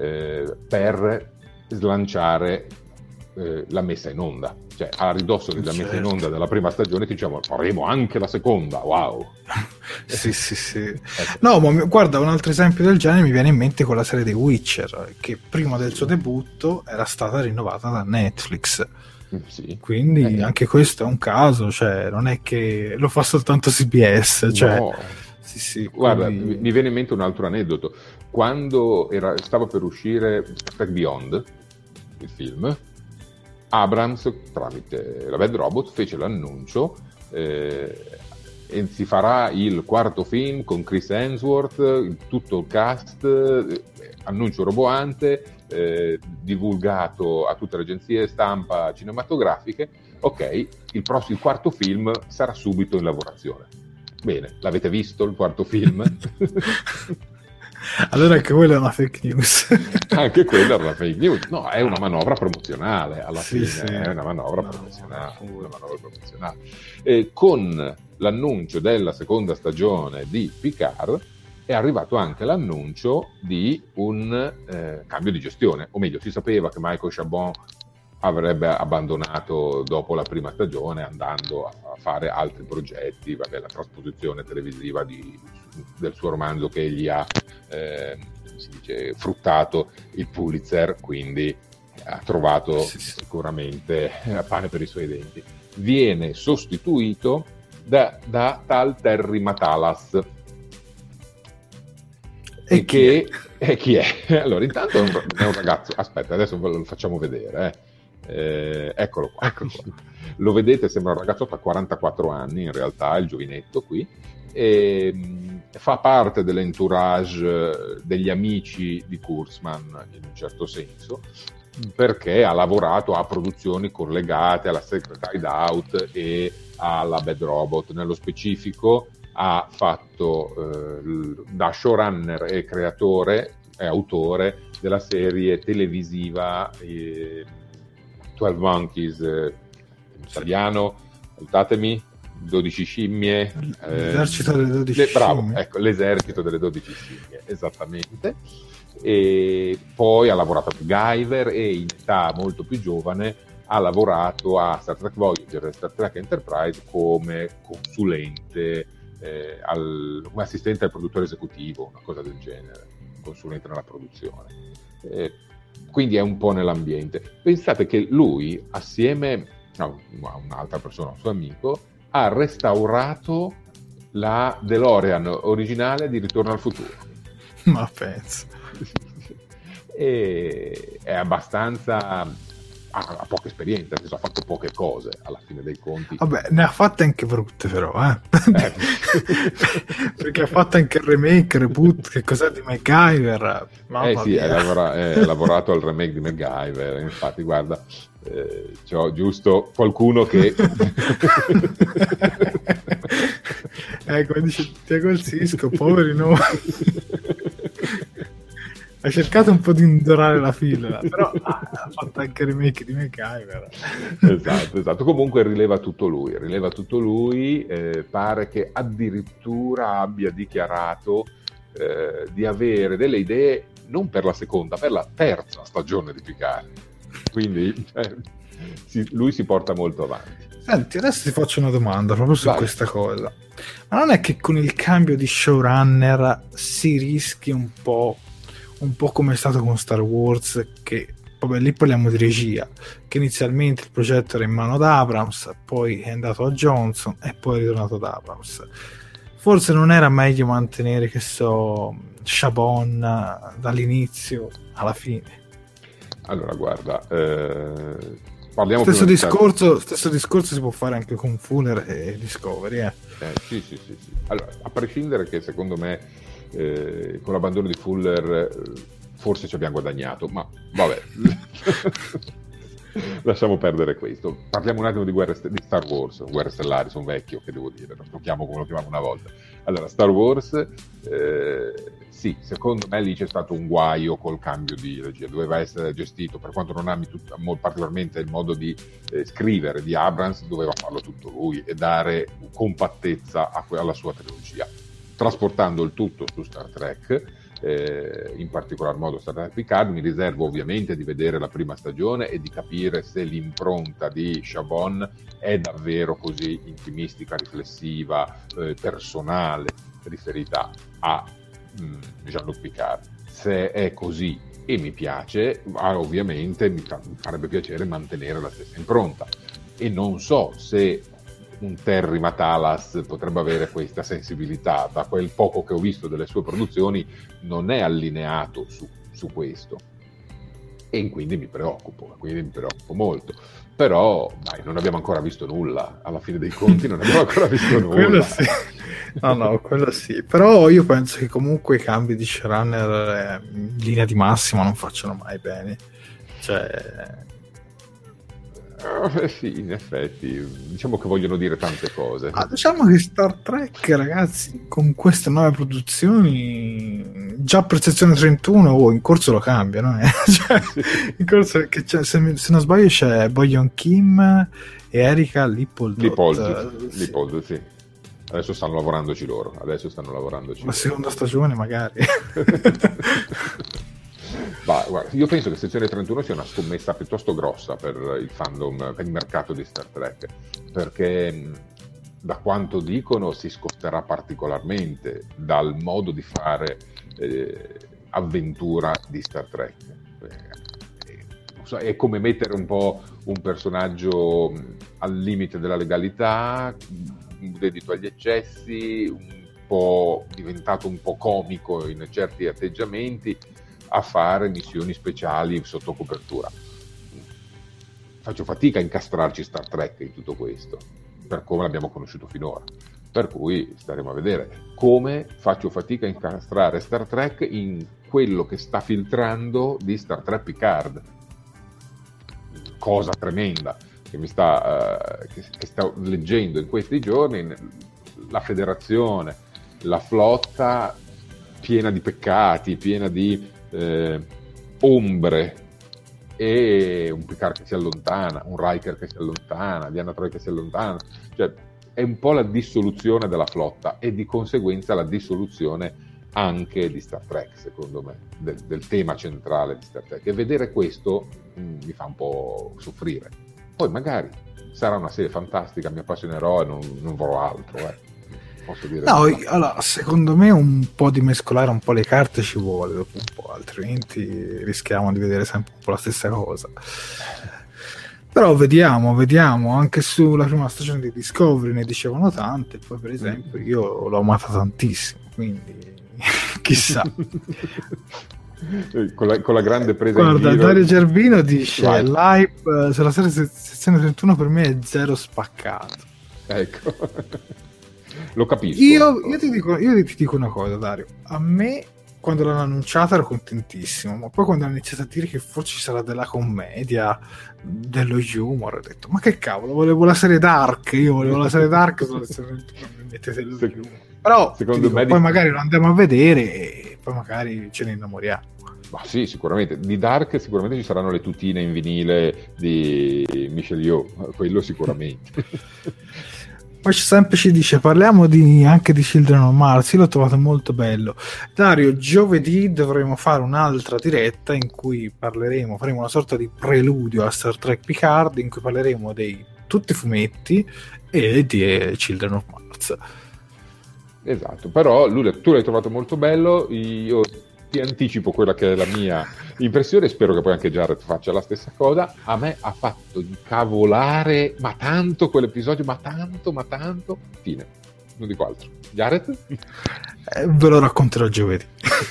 per slanciare la messa in onda, cioè a ridosso della messa in onda della prima stagione ti diciamo faremo anche la seconda, wow. sì. No, ma guarda, un altro esempio del genere mi viene in mente con la serie The Witcher, che prima del suo debutto era stata rinnovata da Netflix. Sì. Quindi anche questo è un caso, cioè non è che lo fa soltanto CBS, cioè no. Sì, guarda, quindi... mi viene in mente un altro aneddoto. Quando stava per uscire Trek Beyond, il film, Abrams, tramite la Bad Robot, fece l'annuncio e si farà il quarto film con Chris Hemsworth, tutto il cast, annuncio roboante, divulgato a tutte le agenzie stampa cinematografiche. Ok, il quarto film sarà subito in lavorazione. Bene, l'avete visto il quarto film? Allora anche quella è una fake news. Anche quella è una fake news. No, è una manovra promozionale alla fine, sì. È una manovra promozionale. Con l'annuncio della seconda stagione di Picard è arrivato anche l'annuncio di un cambio di gestione, o meglio, si sapeva che Michael Chabon avrebbe abbandonato dopo la prima stagione andando a fare altri progetti, la trasposizione televisiva del suo romanzo che egli ha fruttato il Pulitzer, quindi ha trovato sicuramente pane per i suoi denti. Viene sostituito da tal Terry Matalas. E chi è? Allora, intanto è un ragazzo, aspetta, adesso ve lo facciamo vedere, Eccolo qua. Lo vedete, sembra un ragazzotto a 44 anni, in realtà è il giovinetto qui, e fa parte dell'entourage degli amici di Kurtzman in un certo senso, perché ha lavorato a produzioni collegate alla Secret Hideout e alla Bad Robot. Nello specifico ha fatto da showrunner e creatore e autore della serie televisiva 12 Monkeys, in italiano, aiutatemi, 12 scimmie, l'esercito delle 12 scimmie. Bravo, ecco, l'esercito delle 12 scimmie, esattamente. E poi ha lavorato a MacGyver e in età molto più giovane ha lavorato a Star Trek Voyager e Star Trek Enterprise come consulente, come assistente al produttore esecutivo, una cosa del genere, consulente nella produzione. Quindi è un po' nell'ambiente. Pensate che lui, assieme a un'altra persona, un suo amico, ha restaurato la DeLorean originale di Ritorno al futuro. Ma penso. E è abbastanza... ha poca esperienza, ha fatto poche cose alla fine dei conti. Vabbè, ne ha fatte anche brutte però, perché ha fatto anche il remake, reboot, che cos'è di MacGyver. Sì, ha lavorato al remake di MacGyver, infatti guarda, c'ho giusto qualcuno che come dice Tiago il Cisco, poveri noi. Ha cercato un po' di indorare la fila, però ha fatto anche il remake di MacGyver. Esatto. Comunque rileva tutto lui. Pare che addirittura abbia dichiarato di avere delle idee non per la seconda, per la terza stagione di Picard. Quindi lui si porta molto avanti. Senti, adesso ti faccio una domanda proprio su questa cosa. Ma non è che con il cambio di showrunner si rischi un po' come è stato con Star Wars, che vabbè, lì parliamo di regia, che inizialmente il progetto era in mano ad Abrams, poi è andato a Johnson e poi è ritornato ad Abrams. Forse non era meglio mantenere, che so, Chabon dall'inizio alla fine? Allora guarda, parliamo stesso discorso si può fare anche con Fuller e Discovery. Sì. Allora, a prescindere che secondo me con l'abbandono di Fuller forse ci abbiamo guadagnato, ma vabbè. Lasciamo perdere questo. Parliamo un attimo di Star Wars, Guerre Stellari, sono vecchio, che devo dire, lo chiamo come lo chiamavo una volta. Allora, Star Wars, sì, secondo me lì c'è stato un guaio col cambio di regia, doveva essere gestito, per quanto non ami particolarmente il modo di scrivere di Abrams, doveva farlo tutto lui e dare compattezza alla sua trilogia, trasportando il tutto su Star Trek, in particolar modo Star Trek Picard. Mi riservo ovviamente di vedere la prima stagione e di capire se l'impronta di Chabon è davvero così intimistica, riflessiva, personale, riferita a Jean-Luc Picard. Se è così e mi piace, ovviamente mi farebbe piacere mantenere la stessa impronta, e non so se un Terry Matalas potrebbe avere questa sensibilità. Da quel poco che ho visto delle sue produzioni non è allineato su questo, e quindi mi preoccupo molto. Però dai, non abbiamo ancora visto nulla, alla fine dei conti non abbiamo ancora visto nulla. Quello sì. No, quello sì, però io penso che comunque i cambi di showrunner in linea di massima non facciano mai bene, cioè sì, in effetti diciamo che vogliono dire tante cose. Diciamo che Star Trek, ragazzi, con queste nuove produzioni, già per sezione 31 in corso lo cambiano, cioè, in corso, che se non sbaglio c'è Boyon Kim e Erika Lippold, sì. Adesso stanno lavorandoci loro. La seconda stagione magari. Guarda, io penso che sezione 31 sia una scommessa piuttosto grossa per il fandom, per il mercato di Star Trek, perché da quanto dicono si scosterà particolarmente dal modo di fare avventura di Star Trek. È come mettere un po' un personaggio al limite della legalità, dedito agli eccessi, diventato un po' comico in certi atteggiamenti, a fare missioni speciali sotto copertura. faccio fatica a incastrarci Star Trek in tutto questo, per come l'abbiamo conosciuto finora. Per cui staremo a vedere come faccio fatica a incastrare Star Trek in quello che sta filtrando di Star Trek Picard. Cosa tremenda che che sto leggendo in questi giorni, la federazione, la flotta piena di peccati, piena di ombre, e un Picard che si allontana, un Riker che si allontana, Diana Troy che si allontana, cioè è un po' la dissoluzione della flotta e di conseguenza la dissoluzione anche di Star Trek, secondo me, del tema centrale di Star Trek, e vedere questo mi fa un po' soffrire. Poi magari sarà una serie fantastica, mi appassionerò e non vorrò altro, posso dire. No, allora, secondo me un po' di mescolare un po' le carte ci vuole dopo un po', altrimenti rischiamo di vedere sempre un po' la stessa cosa. Però vediamo, anche sulla prima stagione di Discovery ne dicevano tante, poi per esempio io l'ho amata tantissimo, quindi chissà. con la grande presa Guarda, in giro. Dario Gerbino dice l'hype sulla serie sezione 31 per me è zero spaccato. Ecco. Lo capisco. Io ti dico una cosa, Dario, a me quando l'hanno annunciata ero contentissimo, ma poi quando hanno iniziato a dire che forse ci sarà della commedia, dello humor, ho detto ma che cavolo, volevo la serie dark, sulla serie 31, mi mettete lo humor. Però secondo me poi magari lo andiamo a vedere e poi magari ce ne innamoriamo. Ma sì, sicuramente. Di Dark sicuramente ci saranno le tutine in vinile di Michelle Yeoh, quello sicuramente. Poi sempre ci dice parliamo anche di Children of Mars, io l'ho trovato molto bello. Dario, giovedì dovremo fare un'altra diretta in cui faremo una sorta di preludio a Star Trek Picard, in cui parleremo di tutti i fumetti e di Children of Mars. Esatto, però tu l'hai trovato molto bello, io ti anticipo quella che è la mia impressione, spero che poi anche Jared faccia la stessa cosa. A me ha fatto incavolare ma tanto quell'episodio, ma tanto, fine, non dico altro. Jared? Ve lo racconterò giovedì.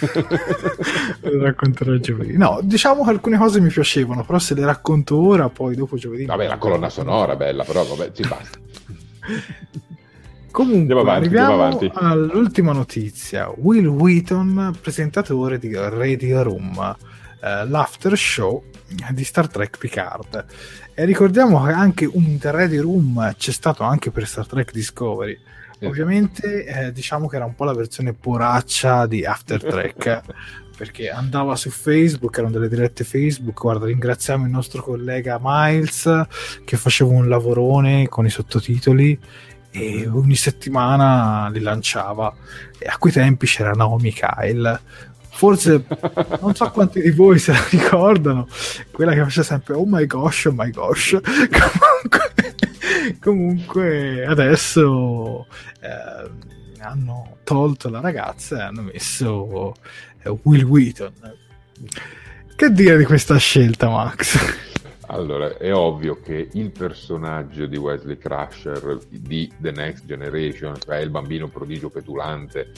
No, diciamo che alcune cose mi piacevano, però se le racconto ora poi dopo giovedì. Vabbè, la colonna sonora è bella, però vabbè, ci basta. Comunque arriviamo all'ultima notizia. Will Wheaton, presentatore di Radio Room, l'after show di Star Trek Picard, e ricordiamo che anche un Radio Room c'è stato anche per Star Trek Discovery. Ovviamente diciamo che era un po' la versione poraccia di After Trek perché andava su Facebook, erano delle dirette Facebook. Guarda, ringraziamo il nostro collega Miles che faceva un lavorone con i sottotitoli e ogni settimana li lanciava, e a quei tempi c'era Naomi Kyle, forse non so quanti di voi se la ricordano, quella che faceva sempre oh my gosh comunque adesso hanno tolto la ragazza e hanno messo Will Wheaton. Che dire di questa scelta, Max? Allora, è ovvio che il personaggio di Wesley Crusher di The Next Generation, cioè il bambino prodigio petulante,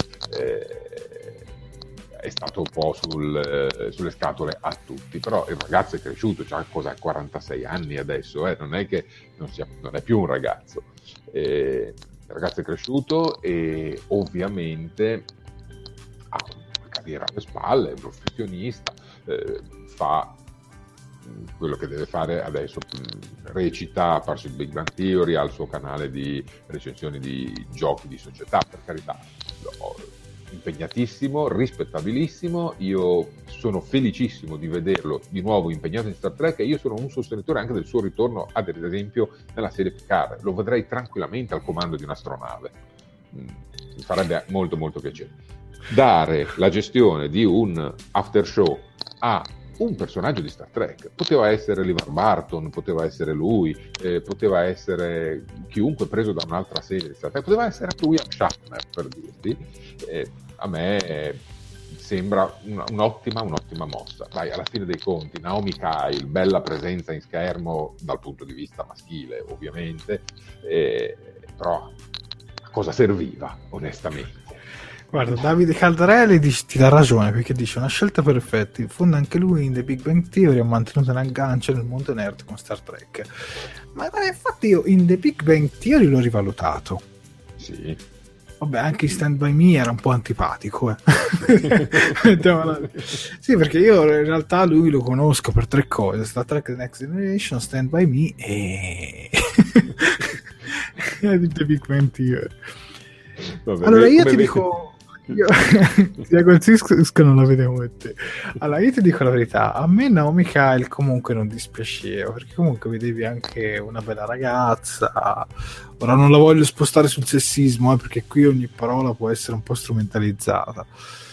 è stato un po' sulle scatole a tutti, però il ragazzo è cresciuto, ha 46 anni adesso, non è che non è più un ragazzo. Il ragazzo è cresciuto e ovviamente ha una carriera alle spalle, è un professionista, fa quello che deve fare adesso, recita, ha perso il Big Bang Theory, ha il suo canale di recensioni di giochi di società, per carità, impegnatissimo, rispettabilissimo. Io sono felicissimo di vederlo di nuovo impegnato in Star Trek, e io sono un sostenitore anche del suo ritorno ad esempio nella serie Picard. Lo vedrei tranquillamente al comando di un'astronave, mi farebbe molto molto piacere. Dare la gestione di un after show a un personaggio di Star Trek, poteva essere LeVar Burton, poteva essere lui, poteva essere chiunque preso da un'altra serie di Star Trek, poteva essere anche William Shatner, per dirti. A me sembra un'ottima mossa. Dai, alla fine dei conti Naomi Kyle, bella presenza in schermo dal punto di vista maschile ovviamente, però a cosa serviva onestamente? Guarda, Davide Caldarelli ti dà ragione, perché dice una scelta perfetta, in fondo anche lui in The Big Bang Theory ha mantenuto un aggancio nel mondo nerd con Star Trek, ma infatti io in The Big Bang Theory l'ho rivalutato. Sì. Vabbè, anche in Stand By Me era un po' antipatico. Sì, perché io in realtà lui lo conosco per 3 cose: Star Trek The Next Generation, Stand By Me e The Big Bang Theory. Vabbè, allora io ti dico, Diego Zisco non la vedevo con te. Allora io ti dico la verità, a me Naomi Kyle comunque non dispiaceva, perché comunque vedevi anche una bella ragazza. Ora non la voglio spostare sul sessismo, perché qui ogni parola può essere un po' strumentalizzata,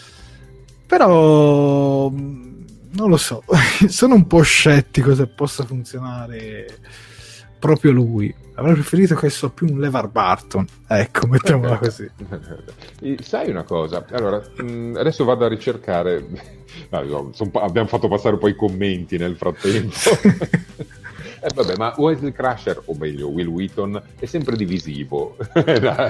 però non lo so, sono un po' scettico se possa funzionare proprio lui. Avrei preferito che so più un LeVar Burton, ecco, mettiamola così. Sai una cosa? Allora, adesso vado a ricercare. Abbiamo fatto passare un po' i commenti nel frattempo. Vabbè, ma Wesley Crusher, o meglio Will Wheaton, è sempre divisivo. È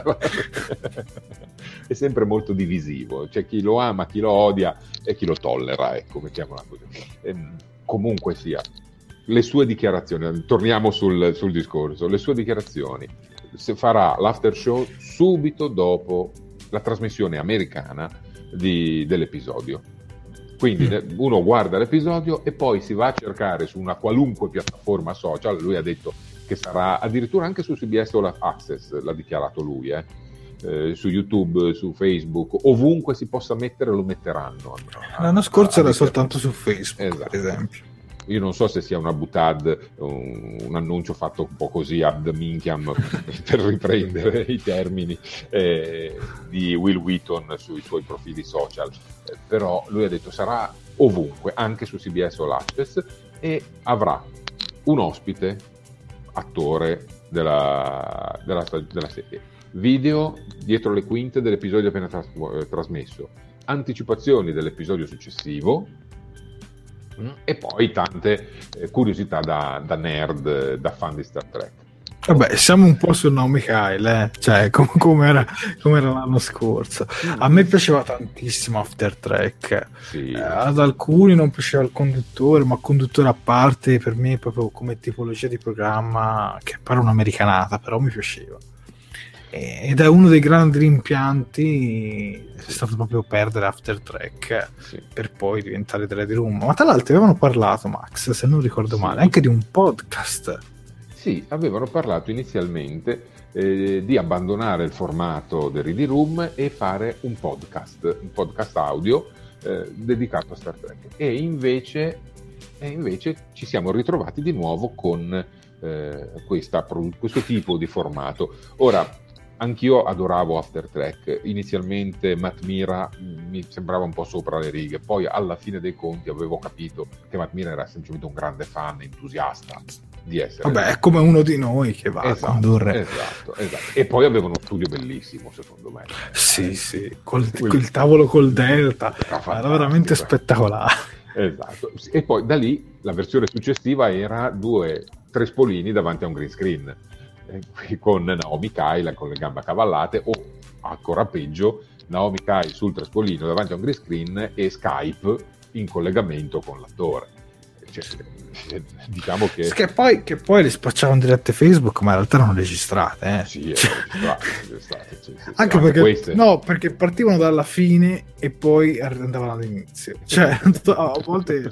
sempre molto divisivo. C'è chi lo ama, chi lo odia e chi lo tollera, ecco, mettiamola così. Comunque sia, le sue dichiarazioni, torniamo sul discorso, le sue dichiarazioni, se farà l'after show subito dopo la trasmissione americana dell'episodio. Quindi uno guarda l'episodio e poi si va a cercare su una qualunque piattaforma social. Lui ha detto che sarà addirittura anche su CBS All Access, l'ha dichiarato lui, su YouTube, su Facebook, ovunque si possa mettere lo metteranno. L'anno scorso era soltanto su Facebook, esatto. Per esempio. Io non so se sia una butad, un annuncio fatto un po' così ad minchiam per riprendere i termini di Will Wheaton sui suoi profili social, però lui ha detto sarà ovunque, anche su CBS All Access, e avrà un ospite, attore della serie, video dietro le quinte dell'episodio appena trasmesso, anticipazioni dell'episodio successivo, e poi tante curiosità da nerd, da fan di Star Trek. Vabbè, siamo un po' su Naomi Kyle, cioè come era l'anno scorso. A me piaceva tantissimo After Trek, sì. Ad alcuni non piaceva il conduttore, ma conduttore a parte, per me proprio come tipologia di programma, che pare un'americanata, però mi piaceva. Ed è uno dei grandi rimpianti è stato proprio perdere After Trek, sì, per poi diventare The Ready Room. Ma tra l'altro avevano parlato, Max, se non ricordo male, anche di un podcast. Sì, avevano parlato inizialmente di abbandonare il formato del Ready Room e fare un podcast audio dedicato a Star Trek, e invece ci siamo ritrovati di nuovo con questo tipo di formato. Ora, anch'io adoravo After Trek. Inizialmente Matt Mira mi sembrava un po' sopra le righe, poi alla fine dei conti avevo capito che Matt Mira era semplicemente un grande fan, entusiasta di essere. Vabbè, è come uno di noi che va a condurre. Esatto. E poi aveva uno studio bellissimo, secondo me. Sì, quel tavolo col Delta era veramente spettacolare. Esatto. E poi da lì la versione successiva era 2 trespolini davanti a un green screen, con Naomi Kyle con le gambe accavallate, o ancora peggio Naomi Kyle sul trespolino davanti a un green screen e Skype in collegamento con l'attore. Diciamo che poi le spacciavano dirette Facebook, ma in realtà erano registrate. Sì, registrate. Sì, anche perché partivano dalla fine e poi andavano all'inizio, cioè a volte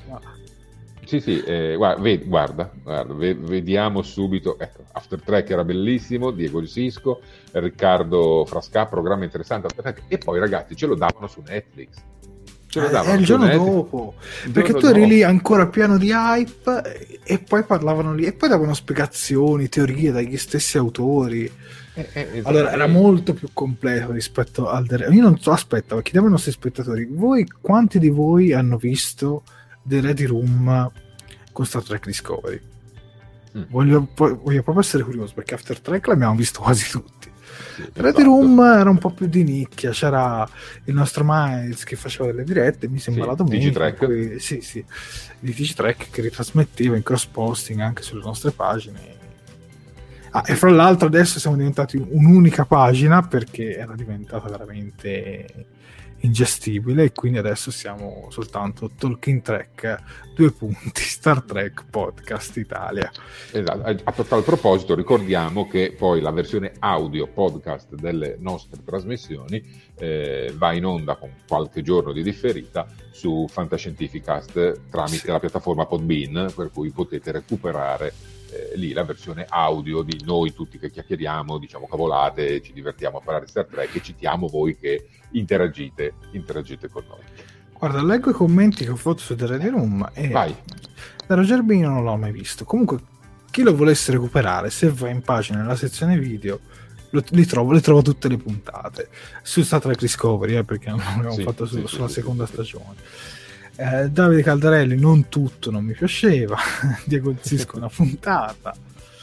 Sì, guarda, vediamo subito. Ecco, After Trek era bellissimo, Diego Cisco, Riccardo Frasca, programma interessante, e poi ragazzi ce lo davano su Netflix. Il giorno dopo, perché tu eri lì ancora pieno di hype, e poi parlavano lì e poi davano spiegazioni, teorie dagli stessi autori. Allora era molto più completo rispetto al io non so, aspetta, chiediamo ai nostri spettatori, quanti di voi hanno visto The Ready Room con Star Trek Discovery? Voglio proprio essere curioso, perché After Trek l'abbiamo visto quasi tutti. Sì, Ready Room era un po' più di nicchia, c'era il nostro Miles che faceva delle dirette, mi sembra la domenica, di Digitrack, che ritrasmetteva in cross posting anche sulle nostre pagine, E fra l'altro adesso siamo diventati un'unica pagina perché era diventata veramente ingestibile, e quindi adesso siamo soltanto Talking Trek Star Trek Podcast Italia. Esatto. A tal proposito ricordiamo che poi la versione audio podcast delle nostre trasmissioni va in onda con qualche giorno di differita su Fantascientificast tramite la piattaforma Podbean, per cui potete recuperare lì la versione audio di noi tutti che chiacchieriamo, diciamo cavolate, ci divertiamo a parlare di Star Trek e citiamo voi che interagite con noi. Guarda, leggo i commenti che ho fatto su The Ready Room e vai. Da Roger Bino non l'ho mai visto. Comunque chi lo volesse recuperare, se va in pagina nella sezione video le trovo tutte le puntate su Star Trek Discovery, perché non l'abbiamo fatto sulla seconda stagione. Davide Caldarelli, non tutto non mi piaceva. Diego Zisco una puntata.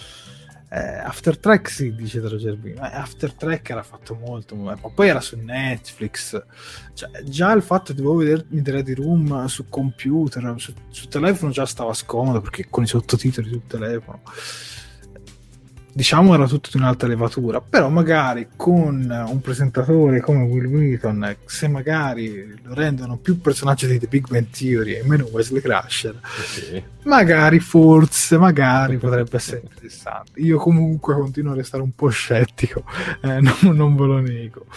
After Trek sì, dice Roger B. After Trek era fatto molto, ma poi era su Netflix, cioè, già il fatto di vedermi The Ready Room su computer, su telefono già stava scomodo, perché con i sottotitoli sul telefono, diciamo, era tutto di un'alta levatura. Però magari con un presentatore come Will Wheaton, se magari lo rendono più personaggio di The Big Bang Theory e meno Wesley Crusher, magari potrebbe essere interessante. Io comunque continuo a restare un po' scettico, non ve lo nego.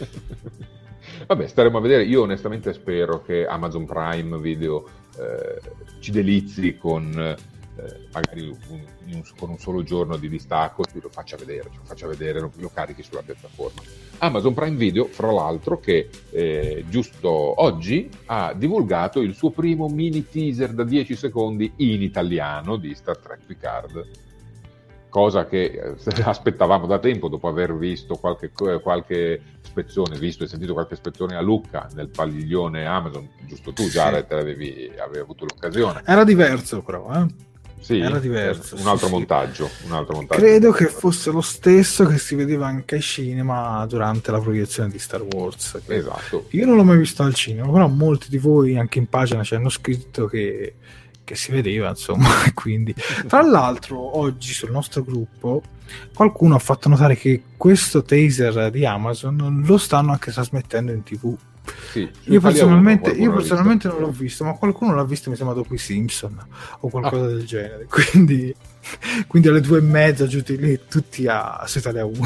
Vabbè, staremo a vedere. Io onestamente spero che Amazon Prime Video ci delizi con magari con un solo giorno di distacco, ci lo faccia vedere, lo carichi sulla piattaforma. Amazon Prime Video, fra l'altro, che giusto oggi ha divulgato il suo primo mini teaser da 10 secondi in italiano di Star Trek Picard, cosa che aspettavamo da tempo, dopo aver visto qualche spezzone, visto e sentito qualche spezzone a Lucca nel padiglione Amazon. Giusto tu, Jared, avevi avuto l'occasione. Era diverso però, Sì, era diverso. Un altro montaggio. Credo che fosse lo stesso che si vedeva anche ai cinema durante la proiezione di Star Wars. Esatto. Io non l'ho mai visto al cinema, però molti di voi anche in pagina ci hanno scritto che si vedeva, insomma. Quindi, tra l'altro, oggi sul nostro gruppo qualcuno ha fatto notare che questo teaser di Amazon lo stanno anche trasmettendo in TV. Sì, io personalmente non l'ho visto, ma qualcuno l'ha visto, mi sembra dopo i Simpson o qualcosa del genere, quindi alle 2:30 giunti lì tutti su Italia 1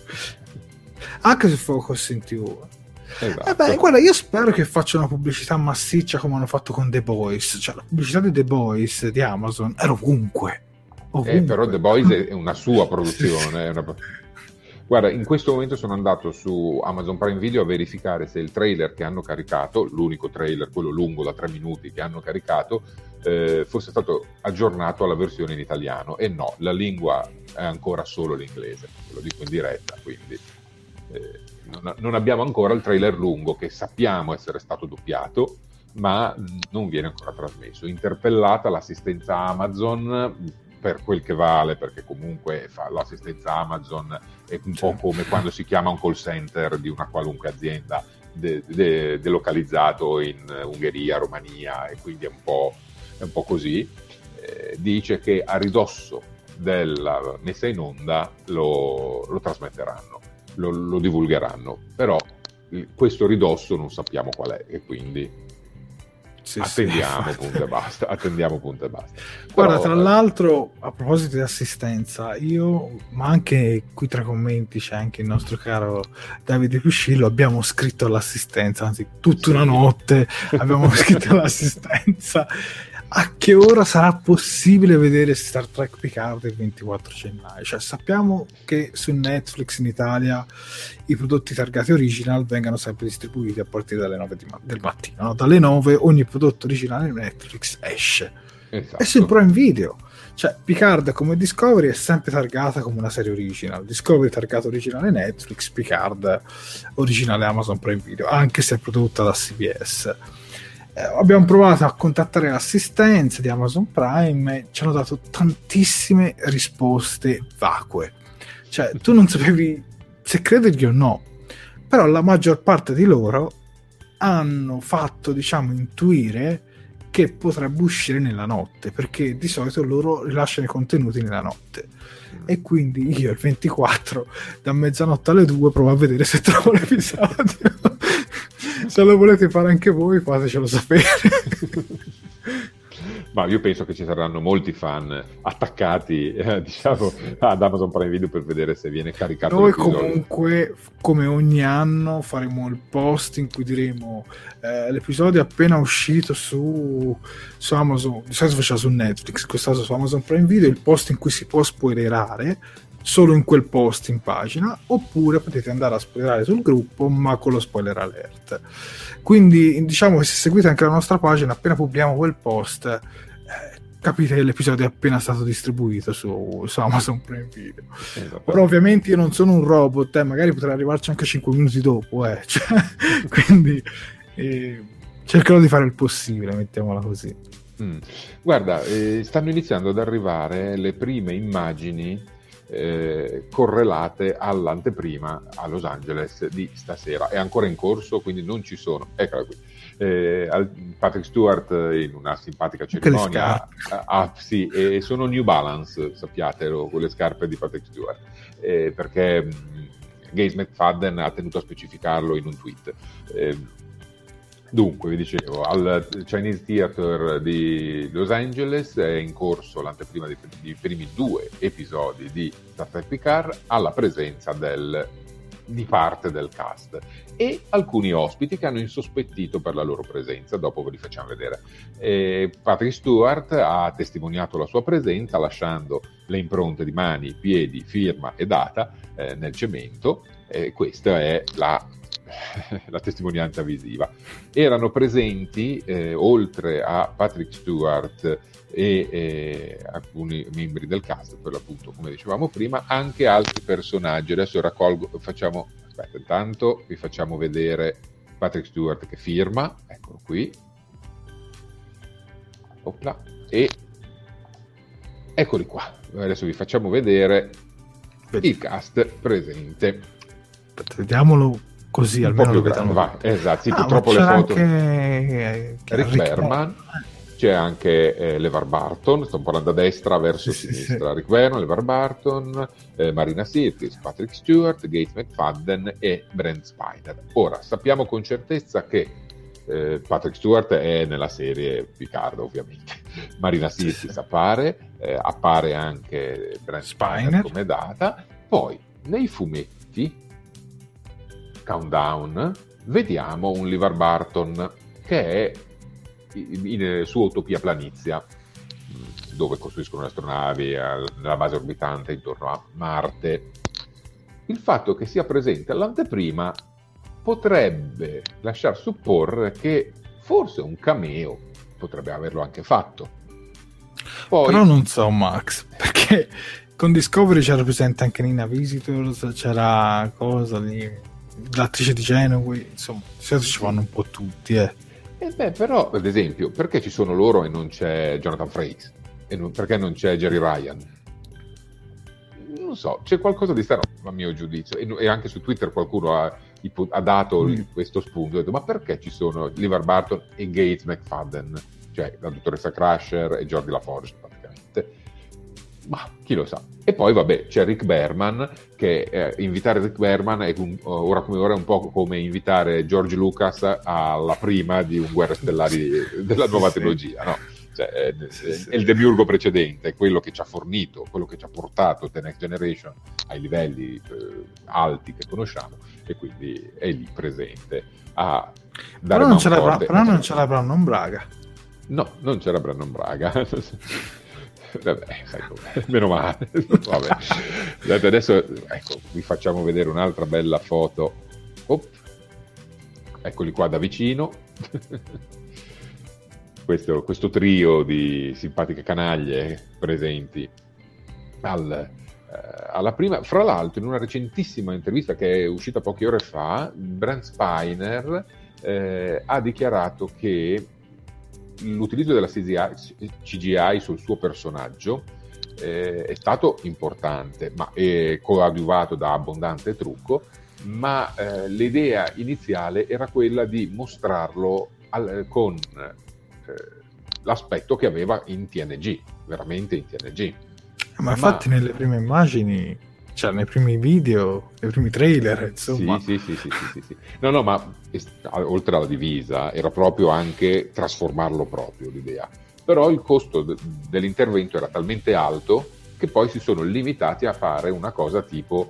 anche su Focus in TV. Esatto. Guarda, io spero che faccia una pubblicità massiccia come hanno fatto con The Boys, cioè la pubblicità di The Boys di Amazon era ovunque. Però The Boys è una sua produzione. Guarda, in questo momento sono andato su Amazon Prime Video a verificare se il trailer che hanno caricato, l'unico trailer, quello lungo da 3 minuti che hanno caricato, fosse stato aggiornato alla versione in italiano. E no, la lingua è ancora solo l'inglese, lo dico in diretta, quindi non abbiamo ancora il trailer lungo, che sappiamo essere stato doppiato, ma non viene ancora trasmesso. Interpellata l'assistenza Amazon, per quel che vale, perché comunque l'assistenza Amazon è un po' come quando si chiama un call center di una qualunque azienda delocalizzato in Ungheria, Romania, e quindi è un po' così. Dice che a ridosso della messa in onda lo trasmetteranno, lo divulgheranno, però questo ridosso non sappiamo qual è, e quindi attendiamo, punto e basta. Guarda, tra l'altro, a proposito di assistenza, ma anche qui tra commenti c'è anche il nostro caro Davide Piscillo, abbiamo scritto all'assistenza, anzi tutta una notte abbiamo scritto all'assistenza a che ora sarà possibile vedere Star Trek Picard il 24 gennaio. Cioè, sappiamo che su Netflix in Italia i prodotti targati original vengono sempre distribuiti a partire dalle 9 del mattino, no? Dalle 9 ogni prodotto originale Netflix esce. Esatto. E su Prime Video, cioè Picard come Discovery è sempre targata come una serie original, Discovery targato originale Netflix, Picard originale Amazon Prime Video, anche se è prodotta da CBS. Abbiamo provato a contattare l'assistenza di Amazon Prime e ci hanno dato tantissime risposte vacue, cioè tu non sapevi se credergli o no, però la maggior parte di loro hanno fatto, diciamo, intuire che potrebbe uscire nella notte, perché di solito loro rilasciano i contenuti nella notte. E quindi io il 24 da mezzanotte alle 2 provo a vedere se trovo l'episodio. Se lo volete fare anche voi, fatecelo sapere. Ma io penso che ci saranno molti fan attaccati diciamo ad Amazon Prime Video per vedere se viene caricato noi l'episodio. Comunque, come ogni anno, faremo il post in cui diremo l'episodio è appena uscito su Amazon, di solito faceva su Netflix, quest'altro su Amazon Prime Video, il post in cui si può spoilerare solo in quel post in pagina, oppure potete andare a spoilerare sul gruppo ma con lo spoiler alert. Quindi diciamo che se seguite anche la nostra pagina, appena pubblichiamo quel post capite che l'episodio è appena stato distribuito su Amazon Prime Video. Però ovviamente io non sono un robot, magari potrei arrivarci anche 5 minuti dopo, cioè, quindi cercherò di fare il possibile, mettiamola così. Guarda, stanno iniziando ad arrivare le prime immagini correlate all'anteprima a Los Angeles di stasera. È ancora in corso, quindi non ci sono. Eccola qui. Patrick Stewart in una simpatica cerimonia. Sì, sono New Balance, sappiatelo, quelle scarpe di Patrick Stewart, perché Gates McFadden ha tenuto a specificarlo in un tweet. Dunque, vi dicevo, al Chinese Theater di Los Angeles è in corso l'anteprima dei primi 2 episodi di Star Trek Picard, alla presenza di parte del cast e alcuni ospiti che hanno insospettito per la loro presenza. Dopo ve li facciamo vedere. Patrick Stewart ha testimoniato la sua presenza lasciando le impronte di mani, piedi, firma e data nel cemento. Questa è la testimonianza visiva. Erano presenti oltre a Patrick Stewart e alcuni membri del cast, per l'appunto, come dicevamo prima, anche altri personaggi. Adesso intanto vi facciamo vedere Patrick Stewart che firma, eccolo qui. Opla. E eccoli qua. Adesso vi facciamo vedere il cast presente. Vediamolo così, un almeno po' più grande, va. Esatto, sì, purtroppo le foto. Anche Rick Berman, c'è anche LeVar Burton, sto parlando da destra verso sinistra. Rick Berman, LeVar Burton, Marina Sirtis, Patrick Stewart, Gates McFadden e Brent Spiner. Ora sappiamo con certezza che Patrick Stewart è nella serie Picard, ovviamente. Marina Sirtis appare anche Brent Spiner come data. Poi nei fumetti Countdown vediamo un LeVar Burton che è su Utopia Planizia, dove costruiscono le astronavi nella base orbitante intorno a Marte. Il fatto che sia presente all'anteprima potrebbe lasciar supporre che forse un cameo potrebbe averlo anche fatto. Poi, però non so, Max, perché con Discovery c'era presente anche Nina Visitor, c'era cosa lì, l'attrice di Genova, insomma, ci fanno un po' tutti, però, ad esempio, perché ci sono loro e non c'è Jonathan Frakes? Perché non c'è Jerry Ryan? Non so, c'è qualcosa di strano a mio giudizio, e anche su Twitter qualcuno ha dato questo spunto, ha detto, ma perché ci sono LeVar Burton e Gates McFadden, cioè la dottoressa Crusher e Geordi LaForge praticamente? Ma chi lo sa. E poi vabbè, c'è Rick Berman, che invitare Rick Berman è ora come ora è un po' come invitare George Lucas alla prima di un Guerre Stellari della nuova trilogia, no? Cioè, è il demiurgo precedente, è quello che ci ha fornito, quello che ci ha portato The Next Generation ai livelli alti che conosciamo, e quindi è lì presente a dare però non c'era Brandon Braga. No, non c'era Brandon Braga. Vabbè, sai com'è. Meno male. Vabbè. Adesso ecco, vi facciamo vedere un'altra bella foto. Eccoli qua da vicino. Questo trio di simpatiche canaglie presenti alla prima. Fra l'altro, in una recentissima intervista che è uscita poche ore fa, Brent Spiner ha dichiarato che l'utilizzo della CGI sul suo personaggio è stato importante, ma è coadiuvato da abbondante trucco, ma l'idea iniziale era quella di mostrarlo con l'aspetto che aveva in TNG, veramente in TNG. Ma infatti nelle prime immagini, cioè nei primi video, nei primi trailer, insomma. Sì. No, ma oltre alla divisa era proprio anche trasformarlo proprio l'idea. Però il costo dell'intervento era talmente alto che poi si sono limitati a fare una cosa tipo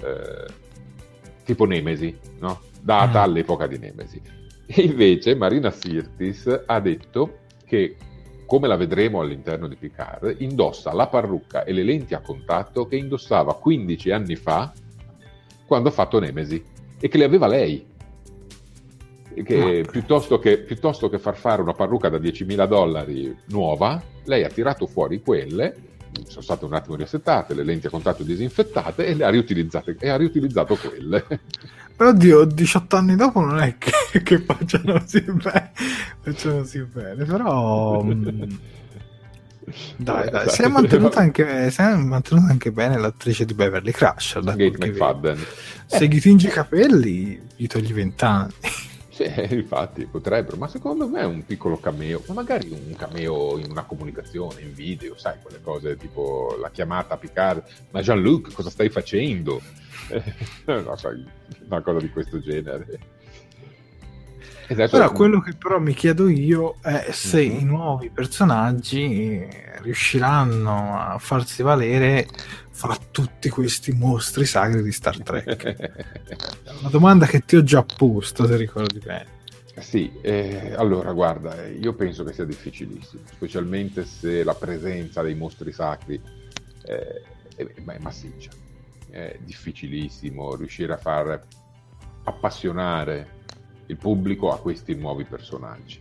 Nemesi, no? Data all'epoca di Nemesi. E invece Marina Sirtis ha detto che, come la vedremo all'interno di Picard, indossa la parrucca e le lenti a contatto che indossava 15 anni fa quando ha fatto Nemesi, e che le aveva lei. Che piuttosto che far fare una parrucca da $10.000 nuova, lei ha tirato fuori quelle, sono state un attimo risettate, le lenti a contatto disinfettate, e le ha riutilizzate, e ha riutilizzato quelle. Però oddio, 18 anni dopo non è che facciano così bene, però dai, si è mantenuta anche bene l'attrice di Beverly Crusher, Kate McFadden. Se gli tingi i capelli gli togli 20 anni. Sì, infatti potrebbero, ma secondo me è un piccolo cameo, ma magari un cameo in una comunicazione, in video, sai, quelle cose tipo la chiamata a Picard, ma Jean-Luc cosa stai facendo? No, sai, una cosa di questo genere. Però quello che però mi chiedo io è se i nuovi personaggi riusciranno a farsi valere fra tutti questi mostri sacri di Star Trek. È una domanda che ti ho già posto, se ricordi bene. Sì, allora guarda, io penso che sia difficilissimo, specialmente se la presenza dei mostri sacri è massiccia. È difficilissimo riuscire a far appassionare il pubblico a questi nuovi personaggi.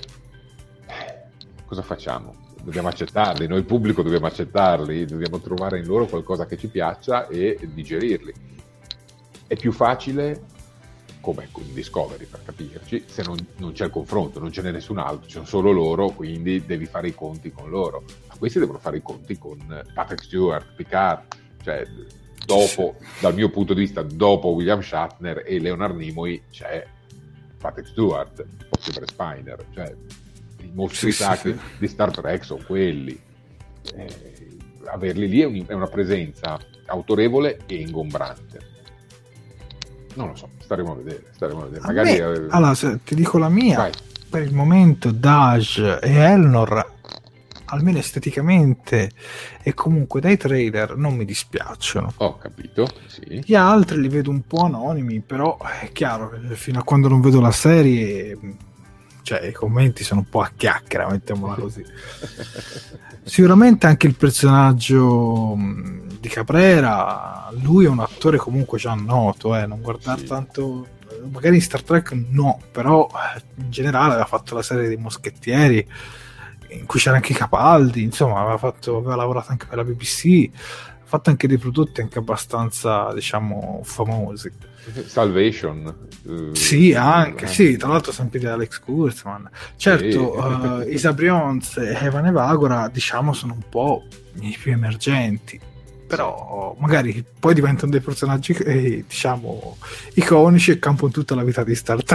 Cosa facciamo? Dobbiamo accettarli, noi il pubblico dobbiamo accettarli, dobbiamo trovare in loro qualcosa che ci piaccia e digerirli. È più facile, come con Discovery per capirci, se non c'è il confronto, non ce n'è nessun altro, c'è solo loro, quindi devi fare i conti con loro. Ma questi devono fare i conti con Patrick Stewart, Picard, cioè dopo, dal mio punto di vista, dopo William Shatner e Leonard Nimoy c'è Patrick Stewart, Oliver Spiner, cioè i mostri sacri di Star Trek sono quelli. Averli lì è una presenza autorevole e ingombrante. Non lo so, staremo a vedere. Magari allora, se ti dico la mia, vai. Per il momento Daj e Elnor, almeno esteticamente e comunque dai trailer, non mi dispiacciono. Ho capito, sì. Gli altri li vedo un po' anonimi, però è chiaro che fino a quando non vedo la serie, cioè i commenti sono un po' a chiacchiera, mettiamola così. Sicuramente anche il personaggio di Cabrera, lui è un attore comunque già noto, non guardare tanto, magari in Star Trek no, però in generale aveva fatto la serie dei Moschettieri, in cui c'era anche Capaldi, insomma aveva lavorato anche per la BBC, ha fatto anche dei prodotti anche abbastanza, diciamo, famosi. Salvation, sì, anche sì, tra l'altro sempre di Alex Kurtzman. Certo, Isa Briones e Evan Evagora, diciamo, sono un po' i più emergenti, però magari poi diventano dei personaggi diciamo iconici e campano tutta la vita di Star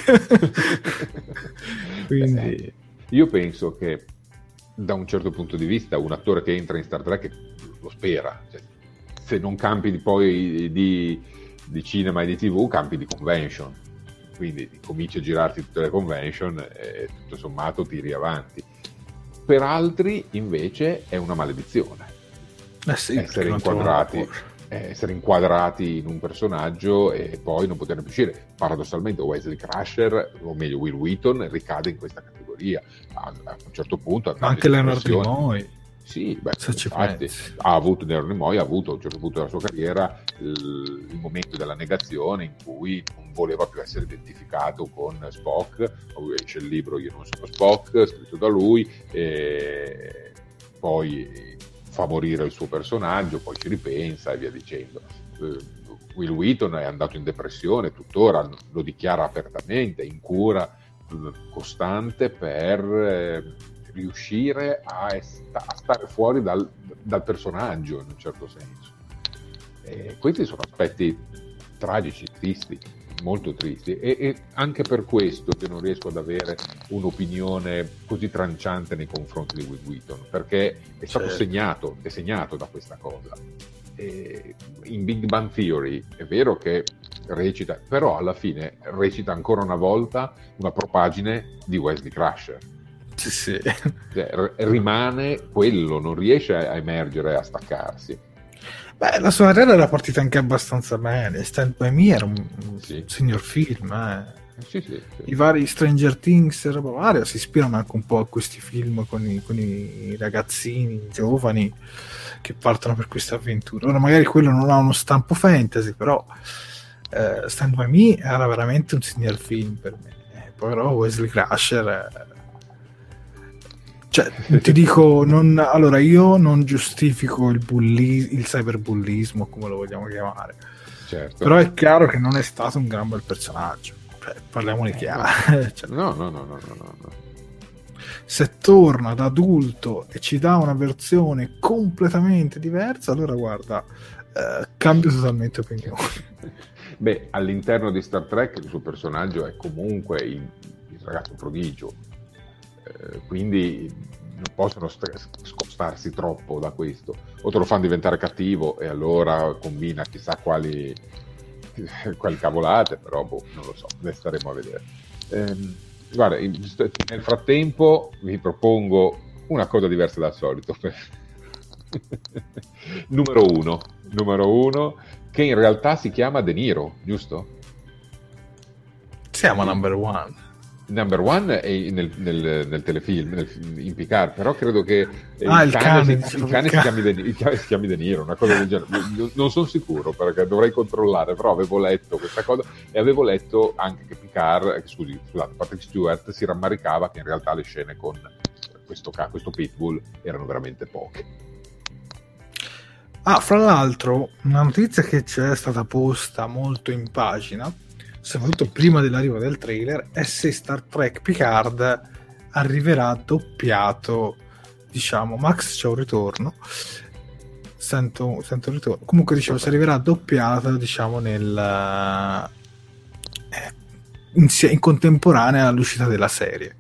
Trek. Quindi io penso che da un certo punto di vista un attore che entra in Star Trek lo spera, cioè, se non campi poi di cinema e di TV, campi di convention, quindi cominci a girarti tutte le convention e tutto sommato tiri avanti. Per altri invece è una maledizione essere inquadrati in un personaggio e poi non poterne più uscire. Paradossalmente Wesley Crusher, o meglio Will Wheaton, ricade in questa categoria a un certo punto. Anche Leonard Nimoy. Sì, infatti, Leonard Nimoy ha avuto a un certo punto della sua carriera il momento della negazione in cui non voleva più essere identificato con Spock. C'è il libro Io non sono Spock, scritto da lui, e poi fa morire il suo personaggio, poi ci ripensa e via dicendo. Will Wheaton è andato in depressione, tuttora lo dichiara apertamente, in cura costante per riuscire a stare fuori dal personaggio, in un certo senso. E questi sono aspetti tragici, tristi, molto tristi, e anche per questo che non riesco ad avere un'opinione così tranciante nei confronti di Will Wheaton, perché è stato segnato da questa cosa. In Big Bang Theory è vero che recita, però alla fine recita ancora una volta una propagine di Wesley Crusher. Sì. Cioè, rimane quello, non riesce a emergere, a staccarsi. Beh, la sua carriera era partita anche abbastanza bene. Stand By Me era un signor film. Sì. I vari Stranger Things e roba varia si ispirano anche un po' a questi film con i ragazzini giovani che partono per queste avventure. Ora magari quello non ha uno stampo fantasy, però Stand By Me era veramente un signor film per me. Però Wesley Crusher ti dico, allora io non giustifico il cyberbullismo, come lo vogliamo chiamare, certo. Però è chiaro che non è stato un gran bel personaggio, parliamone chiaro. No. Se torna da adulto e ci dà una versione completamente diversa, allora guarda, cambio totalmente opinione. Beh, all'interno di Star Trek il suo personaggio è comunque il ragazzo prodigio, quindi non possono scostarsi troppo da questo, o te lo fanno diventare cattivo e allora combina chissà quali cavolate, però non lo so, ne staremo a vedere. Guarda, nel frattempo vi propongo una cosa diversa dal solito. Numero uno, che in realtà si chiama De Niro, giusto? Si chiama Number One è nel telefilm, in Picard, però credo che il cane si chiami De Niro, una cosa del genere. Non sono sicuro, perché dovrei controllare, però avevo letto questa cosa e avevo letto anche che Picard, scusate, Patrick Stewart si rammaricava che in realtà le scene con questo pitbull erano veramente poche. Fra l'altro, una notizia che c'è stata posta molto in pagina, soprattutto prima dell'arrivo del trailer, è se Star Trek Picard arriverà doppiato, diciamo. Max c'è un ritorno, sento un ritorno, comunque dicevo, se arriverà doppiato, diciamo, in contemporanea all'uscita della serie.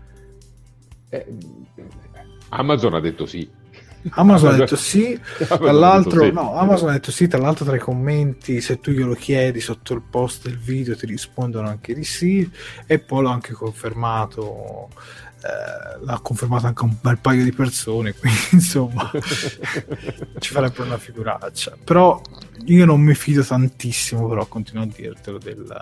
Amazon ha detto sì. Amazon ha detto sì, tra l'altro Amazon ha detto sì, tra l'altro tra i commenti, se tu glielo chiedi sotto il post del video ti rispondono anche di sì, e poi l'ho anche confermato, l'ha confermato anche un bel paio di persone, quindi insomma ci farebbe una figuraccia. Però io non mi fido tantissimo, però continuo a dirtelo,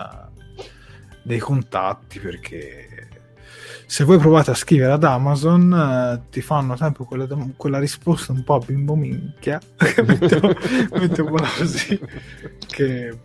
dei contatti, perché se voi provate a scrivere ad Amazon ti fanno sempre quella risposta un po' bimbo minchia mettiamola così, che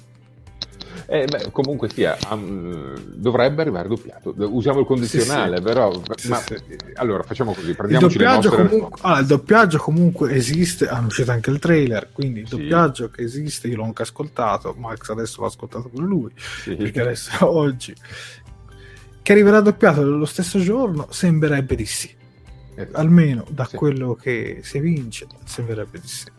comunque sia, dovrebbe arrivare doppiato. Usiamo il condizionale, sì. Però sì. Allora facciamo così, prendiamoci le nostre il doppiaggio comunque esiste, hanno uscito anche il trailer, quindi il doppiaggio che esiste io l'ho anche ascoltato, Max adesso l'ha ascoltato pure lui, perché adesso oggi che arriverà doppiato lo stesso giorno sembrerebbe di sì, almeno da quello che si evince sembrerebbe di sì.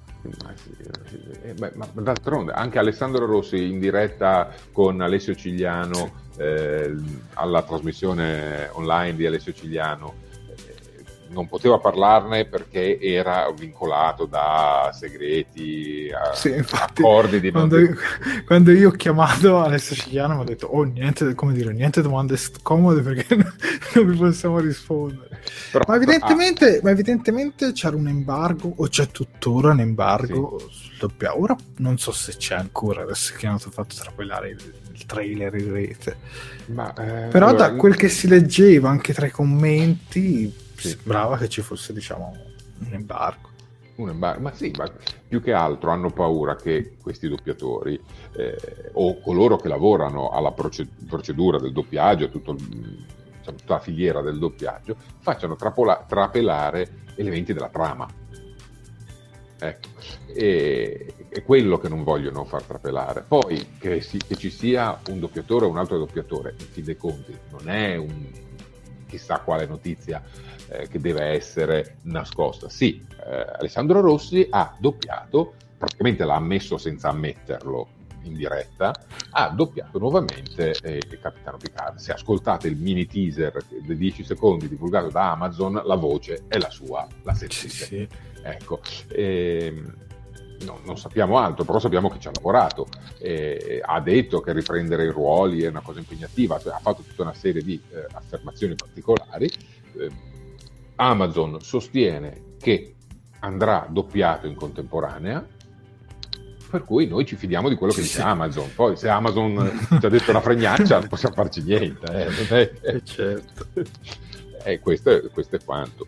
Ma d'altronde anche Alessandro Rossi in diretta con Alessio Cigliano, alla trasmissione online di Alessio Cigliano, non poteva parlarne perché era vincolato da segreti, accordi di quando io ho chiamato Alessio Cigliano mi ha detto niente domande scomode perché non vi possiamo rispondere. Però, ma evidentemente c'era un embargo, o c'è tuttora un embargo sul doppiaggio. Ora non so se c'è ancora, adesso che hanno fatto trapelare il trailer in rete, però allora, da quel che si leggeva anche tra i commenti sembrava che ci fosse, diciamo, un embargo. Ma più che altro hanno paura che questi doppiatori o coloro che lavorano alla procedura del doppiaggio, tutta la filiera del doppiaggio, facciano trapelare elementi della trama. Ecco, è quello che non vogliono far trapelare. Poi che ci sia un doppiatore o un altro doppiatore, in fin dei conti non è un chissà quale notizia che deve essere nascosta. Alessandro Rossi ha doppiato, praticamente l'ha ammesso senza ammetterlo, in diretta, ha doppiato nuovamente il Capitano Picard. Se ascoltate il mini teaser dei 10 secondi divulgato da Amazon, la voce è la sua, la sentite. Sì. Ecco, non sappiamo altro, però sappiamo che ci ha lavorato. Ha detto che riprendere i ruoli è una cosa impegnativa, ha fatto tutta una serie di affermazioni particolari. Amazon sostiene che andrà doppiato in contemporanea, per cui noi ci fidiamo di quello che dice Amazon. Poi se Amazon ci ha detto una fregnaccia non possiamo farci niente. Certo. Questo è quanto.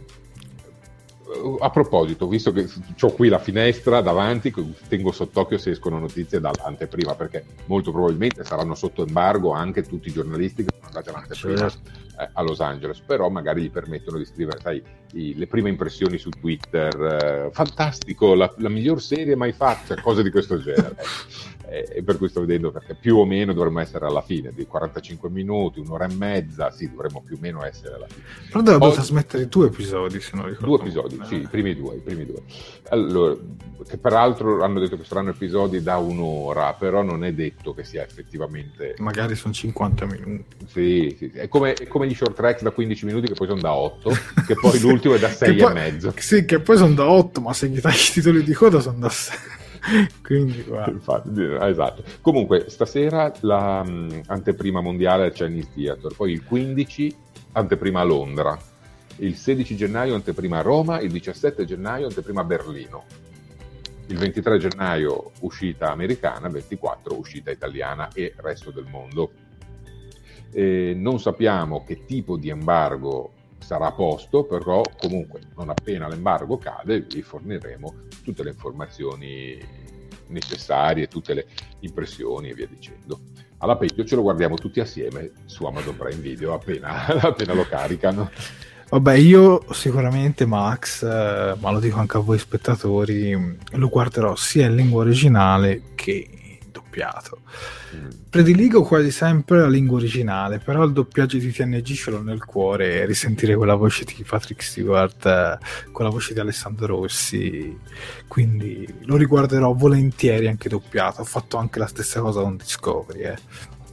A proposito, visto che ho qui la finestra davanti, tengo sott'occhio se escono notizie dall'anteprima, perché molto probabilmente saranno sotto embargo anche tutti i giornalisti che sono andati all'anteprima a Los Angeles, però magari gli permettono di scrivere, sai, le prime impressioni su Twitter, fantastico, la miglior serie mai fatta, cose di questo genere. E per cui sto vedendo, perché più o meno dovremmo essere alla fine di 45 minuti, un'ora e mezza, sì, dovremmo più o meno essere alla fine. Però dovrebbero trasmettere 2 episodi, se non ricordo. 2 episodi, sì, i primi due. Allora, che peraltro hanno detto che saranno episodi da 1 ora, però non è detto che sia effettivamente... Magari sono 50 minuti. Sì. È come gli short track da 15 minuti che poi sono da 8, che poi l'ultimo è da 6 e mezzo. Sì, che poi sono da 8, ma se gli tagli i titoli di coda sono da 6. Quindi infatti, esatto. Comunque stasera la anteprima mondiale al Chinese Theatre, poi il 15 anteprima a Londra, il 16 gennaio anteprima a Roma, il 17 gennaio anteprima a Berlino, il 23 gennaio uscita americana, il 24 uscita italiana e resto del mondo. Non sappiamo che tipo di embargo sarà a posto, però comunque non appena l'embargo cade vi forniremo tutte le informazioni necessarie, tutte le impressioni e via dicendo. Alla peggio ce lo guardiamo tutti assieme su Amazon Prime Video appena lo caricano. Vabbè, io sicuramente Max, ma lo dico anche a voi spettatori, lo guarderò sia in lingua originale che doppiato. Prediligo quasi sempre la lingua originale, però il doppiaggio di TNG ce l'ho nel cuore, e risentire quella voce di Patrick Stewart con la voce di Alessandro Rossi, quindi lo riguarderò volentieri anche doppiato. Ho fatto anche la stessa cosa con Discovery. È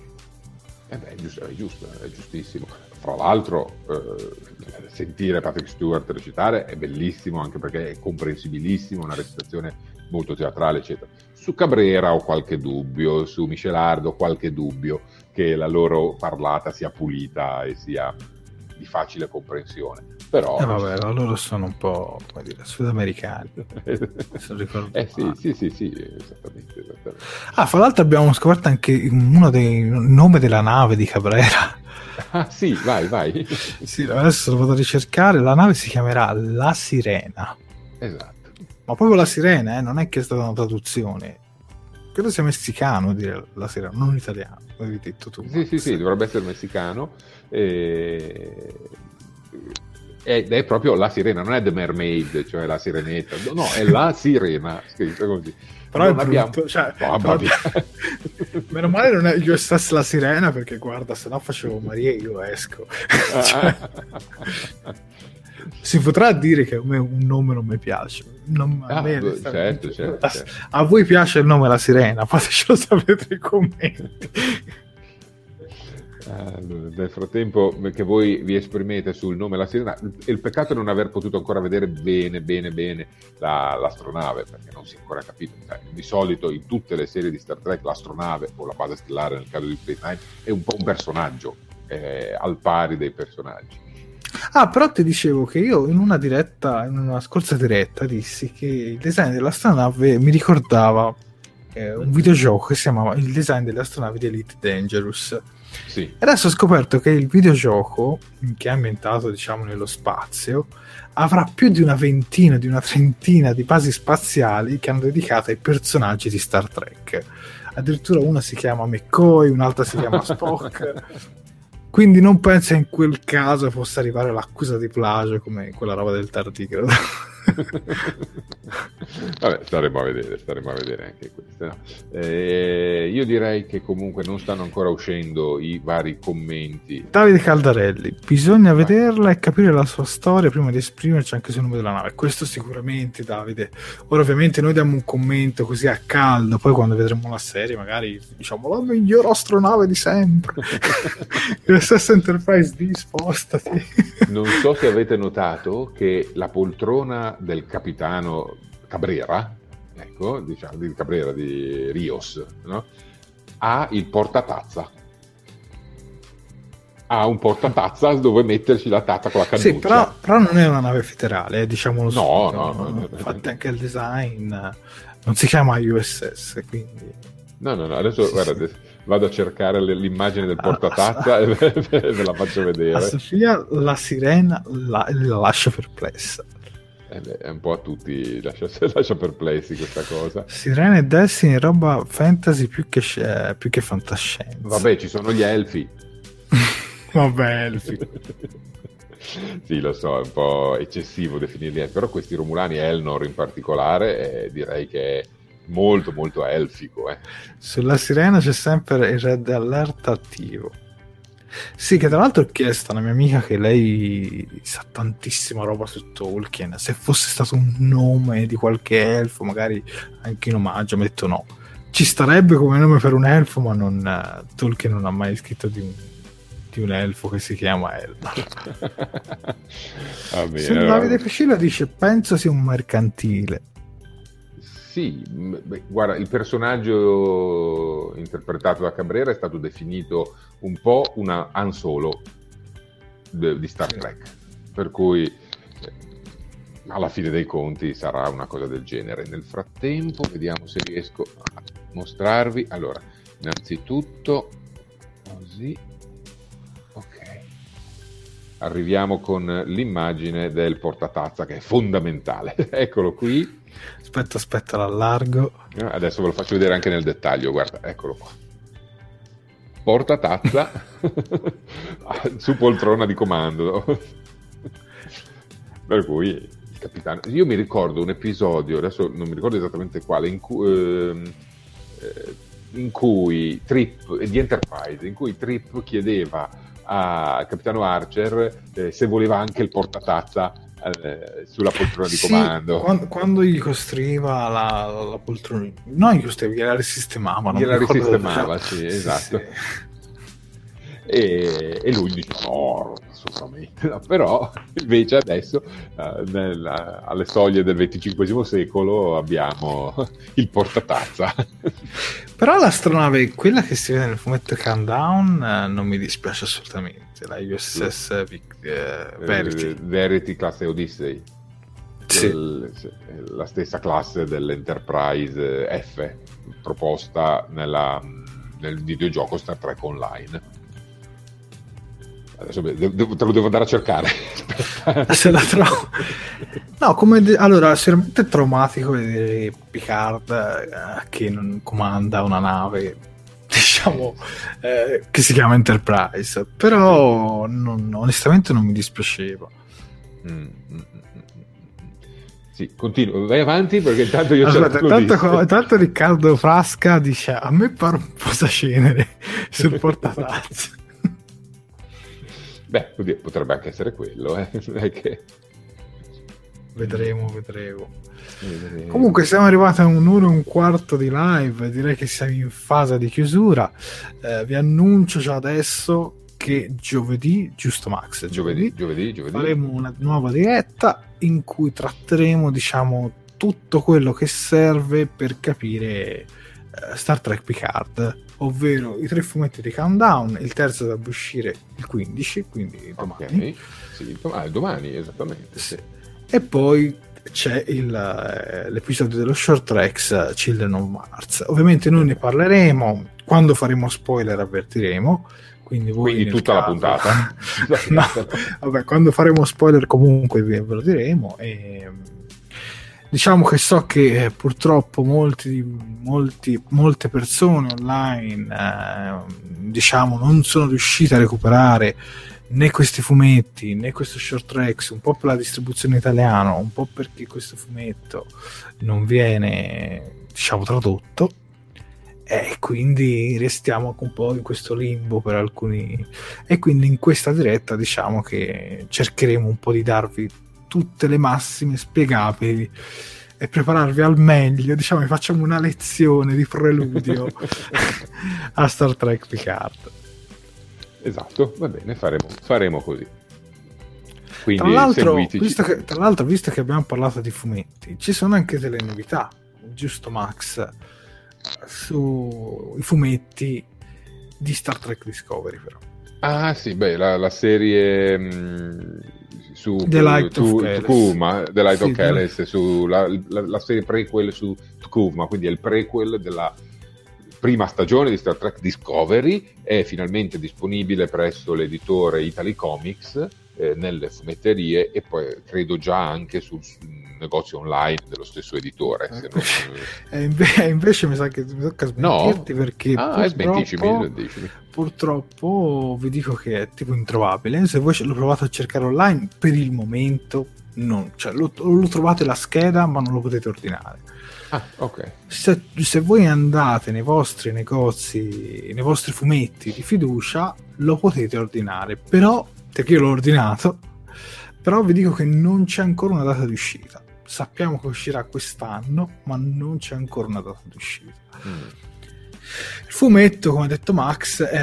giustissimo. Fra l'altro sentire Patrick Stewart recitare è bellissimo, anche perché è comprensibilissimo, una recitazione molto teatrale eccetera. Su Cabrera ho qualche dubbio, su Michelardo ho qualche dubbio che la loro parlata sia pulita e sia di facile comprensione, però vabbè, loro sono un po', come dire, sudamericani. Se non ricordo sì, esattamente. Fra l'altro abbiamo scoperto anche uno dei nomi della nave di Cabrera. Ah sì, vai. Sì, adesso lo vado a ricercare. La nave si chiamerà La Sirena. Esatto. Ma proprio La Sirena, non è che è stata una traduzione. Credo sia messicano dire La Sirena, non italiano, avevi detto tu. Sì, dovrebbe essere messicano. Ed è proprio La Sirena, non è The Mermaid, cioè la sirenetta. No, è La Sirena, scritto così. Però non è brutto, cioè, meno male non è USS La Sirena, perché guarda, se no facevo Maria e io esco. Si potrà dire che a me un nome non mi piace. Certo. A voi piace il nome La Sirena? Fatecelo sapere nei commenti. Nel frattempo che voi vi esprimete sul nome La Sirena, il peccato è non aver potuto ancora vedere bene l'astronave, perché non si è ancora capito. Di solito in tutte le serie di Star Trek l'astronave, o la base stellare nel caso di Space Nine, è un po' un personaggio al pari dei personaggi. Però ti dicevo che io in una scorsa diretta dissi che il design dell'astronave mi ricordava un videogioco che si chiamava Il design delle astronavi di Elite Dangerous. Sì. Adesso ho scoperto che il videogioco, che è ambientato diciamo nello spazio, avrà più di una trentina di basi spaziali che hanno dedicato ai personaggi di Star Trek. Addirittura una si chiama McCoy, un'altra si chiama Spock. Quindi non penso in quel caso possa arrivare l'accusa di plagio come quella roba del tardigrado. Vabbè, staremo a vedere anche questo, no? Io direi che comunque non stanno ancora uscendo i vari commenti. Davide Caldarelli: bisogna vederla e capire la sua storia prima di esprimerci anche sul nome della nave. Questo sicuramente, Davide. Ora ovviamente noi diamo un commento così a caldo, poi quando vedremo la serie magari diciamo la miglior astronave di sempre. L'SS Enterprise D, spostati. Non so se avete notato che la poltrona del capitano Cabrera, ecco, diciamo di Cabrera, di Rios, no? Ha il portatazza. Ha un portatazza dove metterci la tazza con la cannuccia. Sì, però non è una nave federale, diciamolo no, subito. No. Infatti anche il design non si chiama USS, quindi... No, adesso guarda, vado a cercare l'immagine del portatazza e ve la faccio vedere. A Sofia la sirena la lascia perplessa. È un po' a tutti lascia perplessi questa cosa. Sirena e Destiny, roba fantasy più che fantascienza. Vabbè, ci sono gli elfi. Vabbè, elfi. Sì, lo so, è un po' eccessivo definirli elfi, però questi Romulani, Elnor in particolare, direi che è molto molto elfico. Sulla sirena c'è sempre il red alert attivo. Sì, che tra l'altro ho chiesto a una mia amica che lei sa tantissima roba su Tolkien, se fosse stato un nome di qualche elfo magari anche in omaggio. Mi ha detto no, ci starebbe come nome per un elfo, ma non, Tolkien non ha mai scritto di un elfo che si chiama Eldar. Se Davide Pescilla dice penso sia un mercantile. Sì, guarda, il personaggio interpretato da Cabrera è stato definito un po' una Han Solo di Star Trek, per cui alla fine dei conti sarà una cosa del genere. Nel frattempo vediamo se riesco a mostrarvi. Allora, innanzitutto così, ok, arriviamo con l'immagine del portatazza che è fondamentale. Eccolo qui. Aspetta, l'allargo. Adesso ve lo faccio vedere anche nel dettaglio. Guarda, eccolo qua. Portatazza su poltrona di comando. Per cui il capitano. Io mi ricordo un episodio, adesso non mi ricordo esattamente quale, in cui Trip di Enterprise, in cui Trip chiedeva al capitano Archer se voleva anche il portatazza sulla poltrona di comando. Quando gli costruiva la poltrona, no, gliela risistemava. Sì, esatto. Sì. E lui dice no, assolutamente no. Però invece adesso alle soglie del XXV secolo abbiamo il portatazza. Però l'astronave, quella che si vede nel fumetto Countdown, non mi dispiace assolutamente, la USS Verity classe Odyssey. Sì. La stessa classe dell'Enterprise F proposta nel videogioco Star Trek Online. Adesso te lo devo andare a cercare. Se la trovo. No, allora, sicuramente è traumatico vedere Picard che non comanda una nave, diciamo, che si chiama Enterprise, però onestamente non mi dispiaceva. Sì, continuo, vai avanti perché intanto io tanto Riccardo Frasca dice a me pare un posacenere sul portatazza. Beh, potrebbe anche essere quello, che... Vedremo. Comunque siamo arrivati a 1 ora e un quarto di live, direi che siamo in fase di chiusura. Vi annuncio già adesso che giovedì, giusto Max? Giovedì faremo una nuova diretta in cui tratteremo, diciamo, tutto quello che serve per capire Star Trek Picard, ovvero i 3 fumetti di Countdown. Il terzo dovrebbe uscire il 15, quindi domani. Okay. Sì, domani esattamente. Sì. E poi c'è l'episodio dello Short Tracks Children of Mars. Ovviamente noi ne parleremo, quando faremo spoiler avvertiremo, quindi tutta la puntata. No, vabbè, quando faremo spoiler comunque ve lo diremo. E diciamo che so che purtroppo molte persone online diciamo non sono riuscite a recuperare né questi fumetti né questo short tracks, un po' per la distribuzione italiana, un po' perché questo fumetto non viene, diciamo, tradotto, e quindi restiamo un po' in questo limbo per alcuni, e quindi in questa diretta diciamo che cercheremo un po' di darvi tutte le massime spiegabili e prepararvi al meglio, diciamo che facciamo una lezione di preludio a Star Trek Picard. Esatto, va bene, faremo così. Quindi tra l'altro, seguiteci. visto che abbiamo parlato di fumetti, ci sono anche delle novità, giusto Max, sui fumetti di Star Trek Discovery, però. Ah sì, beh, la serie su The Light of T'Kuvma, The Light of Kellis, la serie prequel su T'Kuvma, quindi è il prequel della prima stagione di Star Trek Discovery, è finalmente disponibile presso l'editore Italy Comics, nelle fumetterie, e poi credo già anche sul negozio online dello stesso editore. Invece mi sa che mi tocca smentirti, perché purtroppo vi dico che è tipo introvabile. Se voi lo provate a cercare online, per il momento non, cioè lo trovate la scheda ma non lo potete ordinare. Ok. Se voi andate nei vostri negozi, nei vostri fumetti di fiducia, lo potete ordinare, però, perché io l'ho ordinato, però vi dico che non c'è ancora una data di uscita. Sappiamo che uscirà quest'anno, ma non c'è ancora una data di uscita. Il fumetto, come ha detto Max, è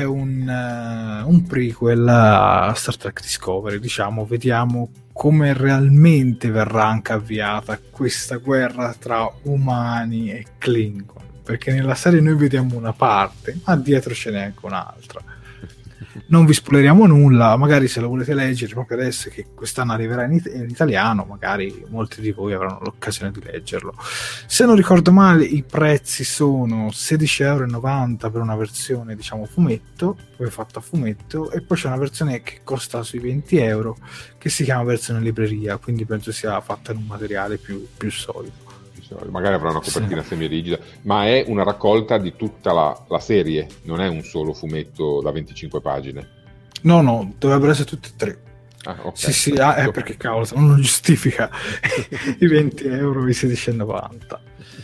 un prequel a Star Trek Discovery, diciamo. Vediamo come realmente verrà anche avviata questa guerra tra umani e Klingon, perché nella serie noi vediamo una parte, ma dietro ce n'è anche un'altra. Non vi spoileriamo nulla, magari se lo volete leggere proprio adesso, che quest'anno arriverà in italiano, magari molti di voi avranno l'occasione di leggerlo. Se non ricordo male, i prezzi sono €16,90 per una versione, diciamo, fumetto, poi fatta a fumetto, e poi c'è una versione che costa sui €20, che si chiama versione libreria, quindi penso sia fatta in un materiale più solido. Magari avrà una copertina semi-rigida, ma è una raccolta di tutta la serie, non è un solo fumetto da 25 pagine. No, dovrebbero essere tutti e tre. Okay. Sì, perché cavolo, non giustifica i €20 e i €16,90.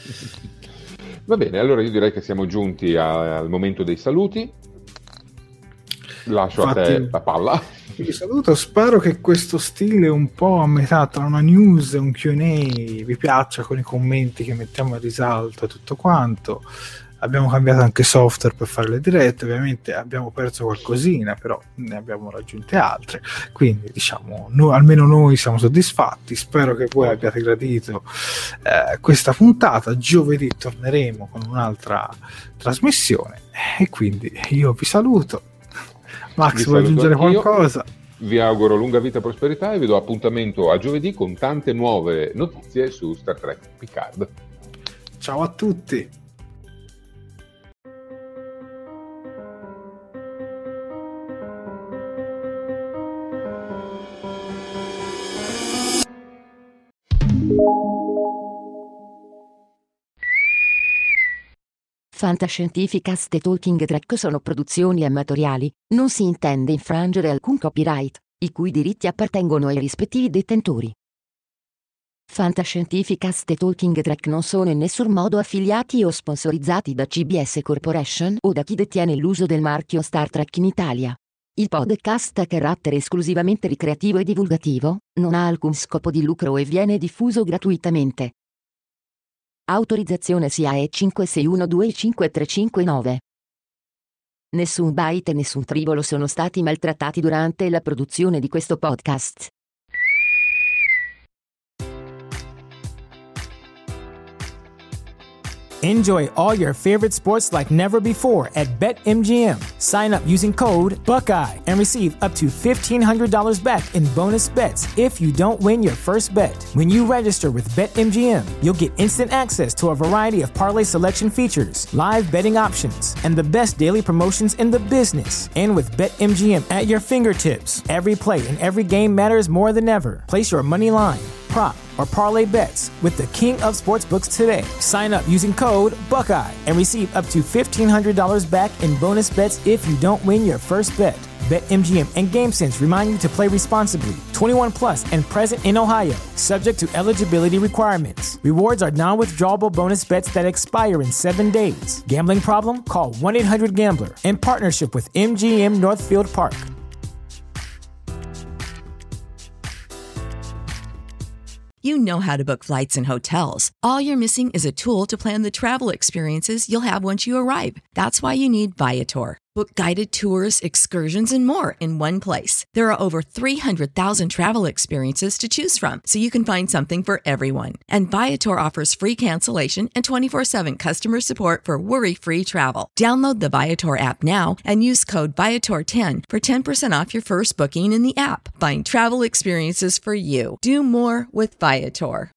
Va bene, allora io direi che siamo giunti al momento dei saluti. Lascio a te la palla. Vi saluto, spero che questo stile un po' a metà tra una news e un Q&A vi piaccia, con i commenti che mettiamo in risalto e tutto quanto. Abbiamo cambiato anche software per fare le dirette, ovviamente abbiamo perso qualcosina, però ne abbiamo raggiunte altre, quindi diciamo almeno noi siamo soddisfatti. Spero che voi abbiate gradito questa puntata. Giovedì torneremo con un'altra trasmissione, e quindi io vi saluto. Max, vuoi aggiungere qualcosa? Vi auguro lunga vita e prosperità, e vi do appuntamento a giovedì con tante nuove notizie su Star Trek Picard. Ciao a tutti. Fantascientificast e Talking Trek sono produzioni amatoriali, non si intende infrangere alcun copyright, i cui diritti appartengono ai rispettivi detentori. Fantascientificast e Talking Trek non sono in nessun modo affiliati o sponsorizzati da CBS Corporation o da chi detiene l'uso del marchio Star Trek in Italia. Il podcast ha carattere esclusivamente ricreativo e divulgativo, non ha alcun scopo di lucro e viene diffuso gratuitamente. Autorizzazione SIAE 56125359. Nessun byte e nessun tribolo sono stati maltrattati durante la produzione di questo podcast. Enjoy all your favorite sports like never before at BetMGM. Sign up using code Buckeye and receive up to $1,500 back in bonus bets if you don't win your first bet. When you register with BetMGM, you'll get instant access to a variety of parlay selection features, live betting options, and the best daily promotions in the business. And with BetMGM at your fingertips, every play and every game matters more than ever. Place your money line, prop, or parlay bets with the king of sportsbooks today. Sign up using code Buckeye and receive up to $1,500 back in bonus bets if you don't win your first bet. BetMGM and GameSense remind you to play responsibly. 21 plus and present in Ohio, subject to eligibility requirements. Rewards are non-withdrawable bonus bets that expire in 7 days. Gambling problem? Call 1-800-GAMBLER. In partnership with MGM Northfield Park. You know how to book flights and hotels. All you're missing is a tool to plan the travel experiences you'll have once you arrive. That's why you need Viator. Book guided tours, excursions, and more in one place. There are over 300,000 travel experiences to choose from, so you can find something for everyone. And Viator offers free cancellation and 24/7 customer support for worry-free travel. Download the Viator app now and use code Viator10 for 10% off your first booking in the app. Find travel experiences for you. Do more with Viator.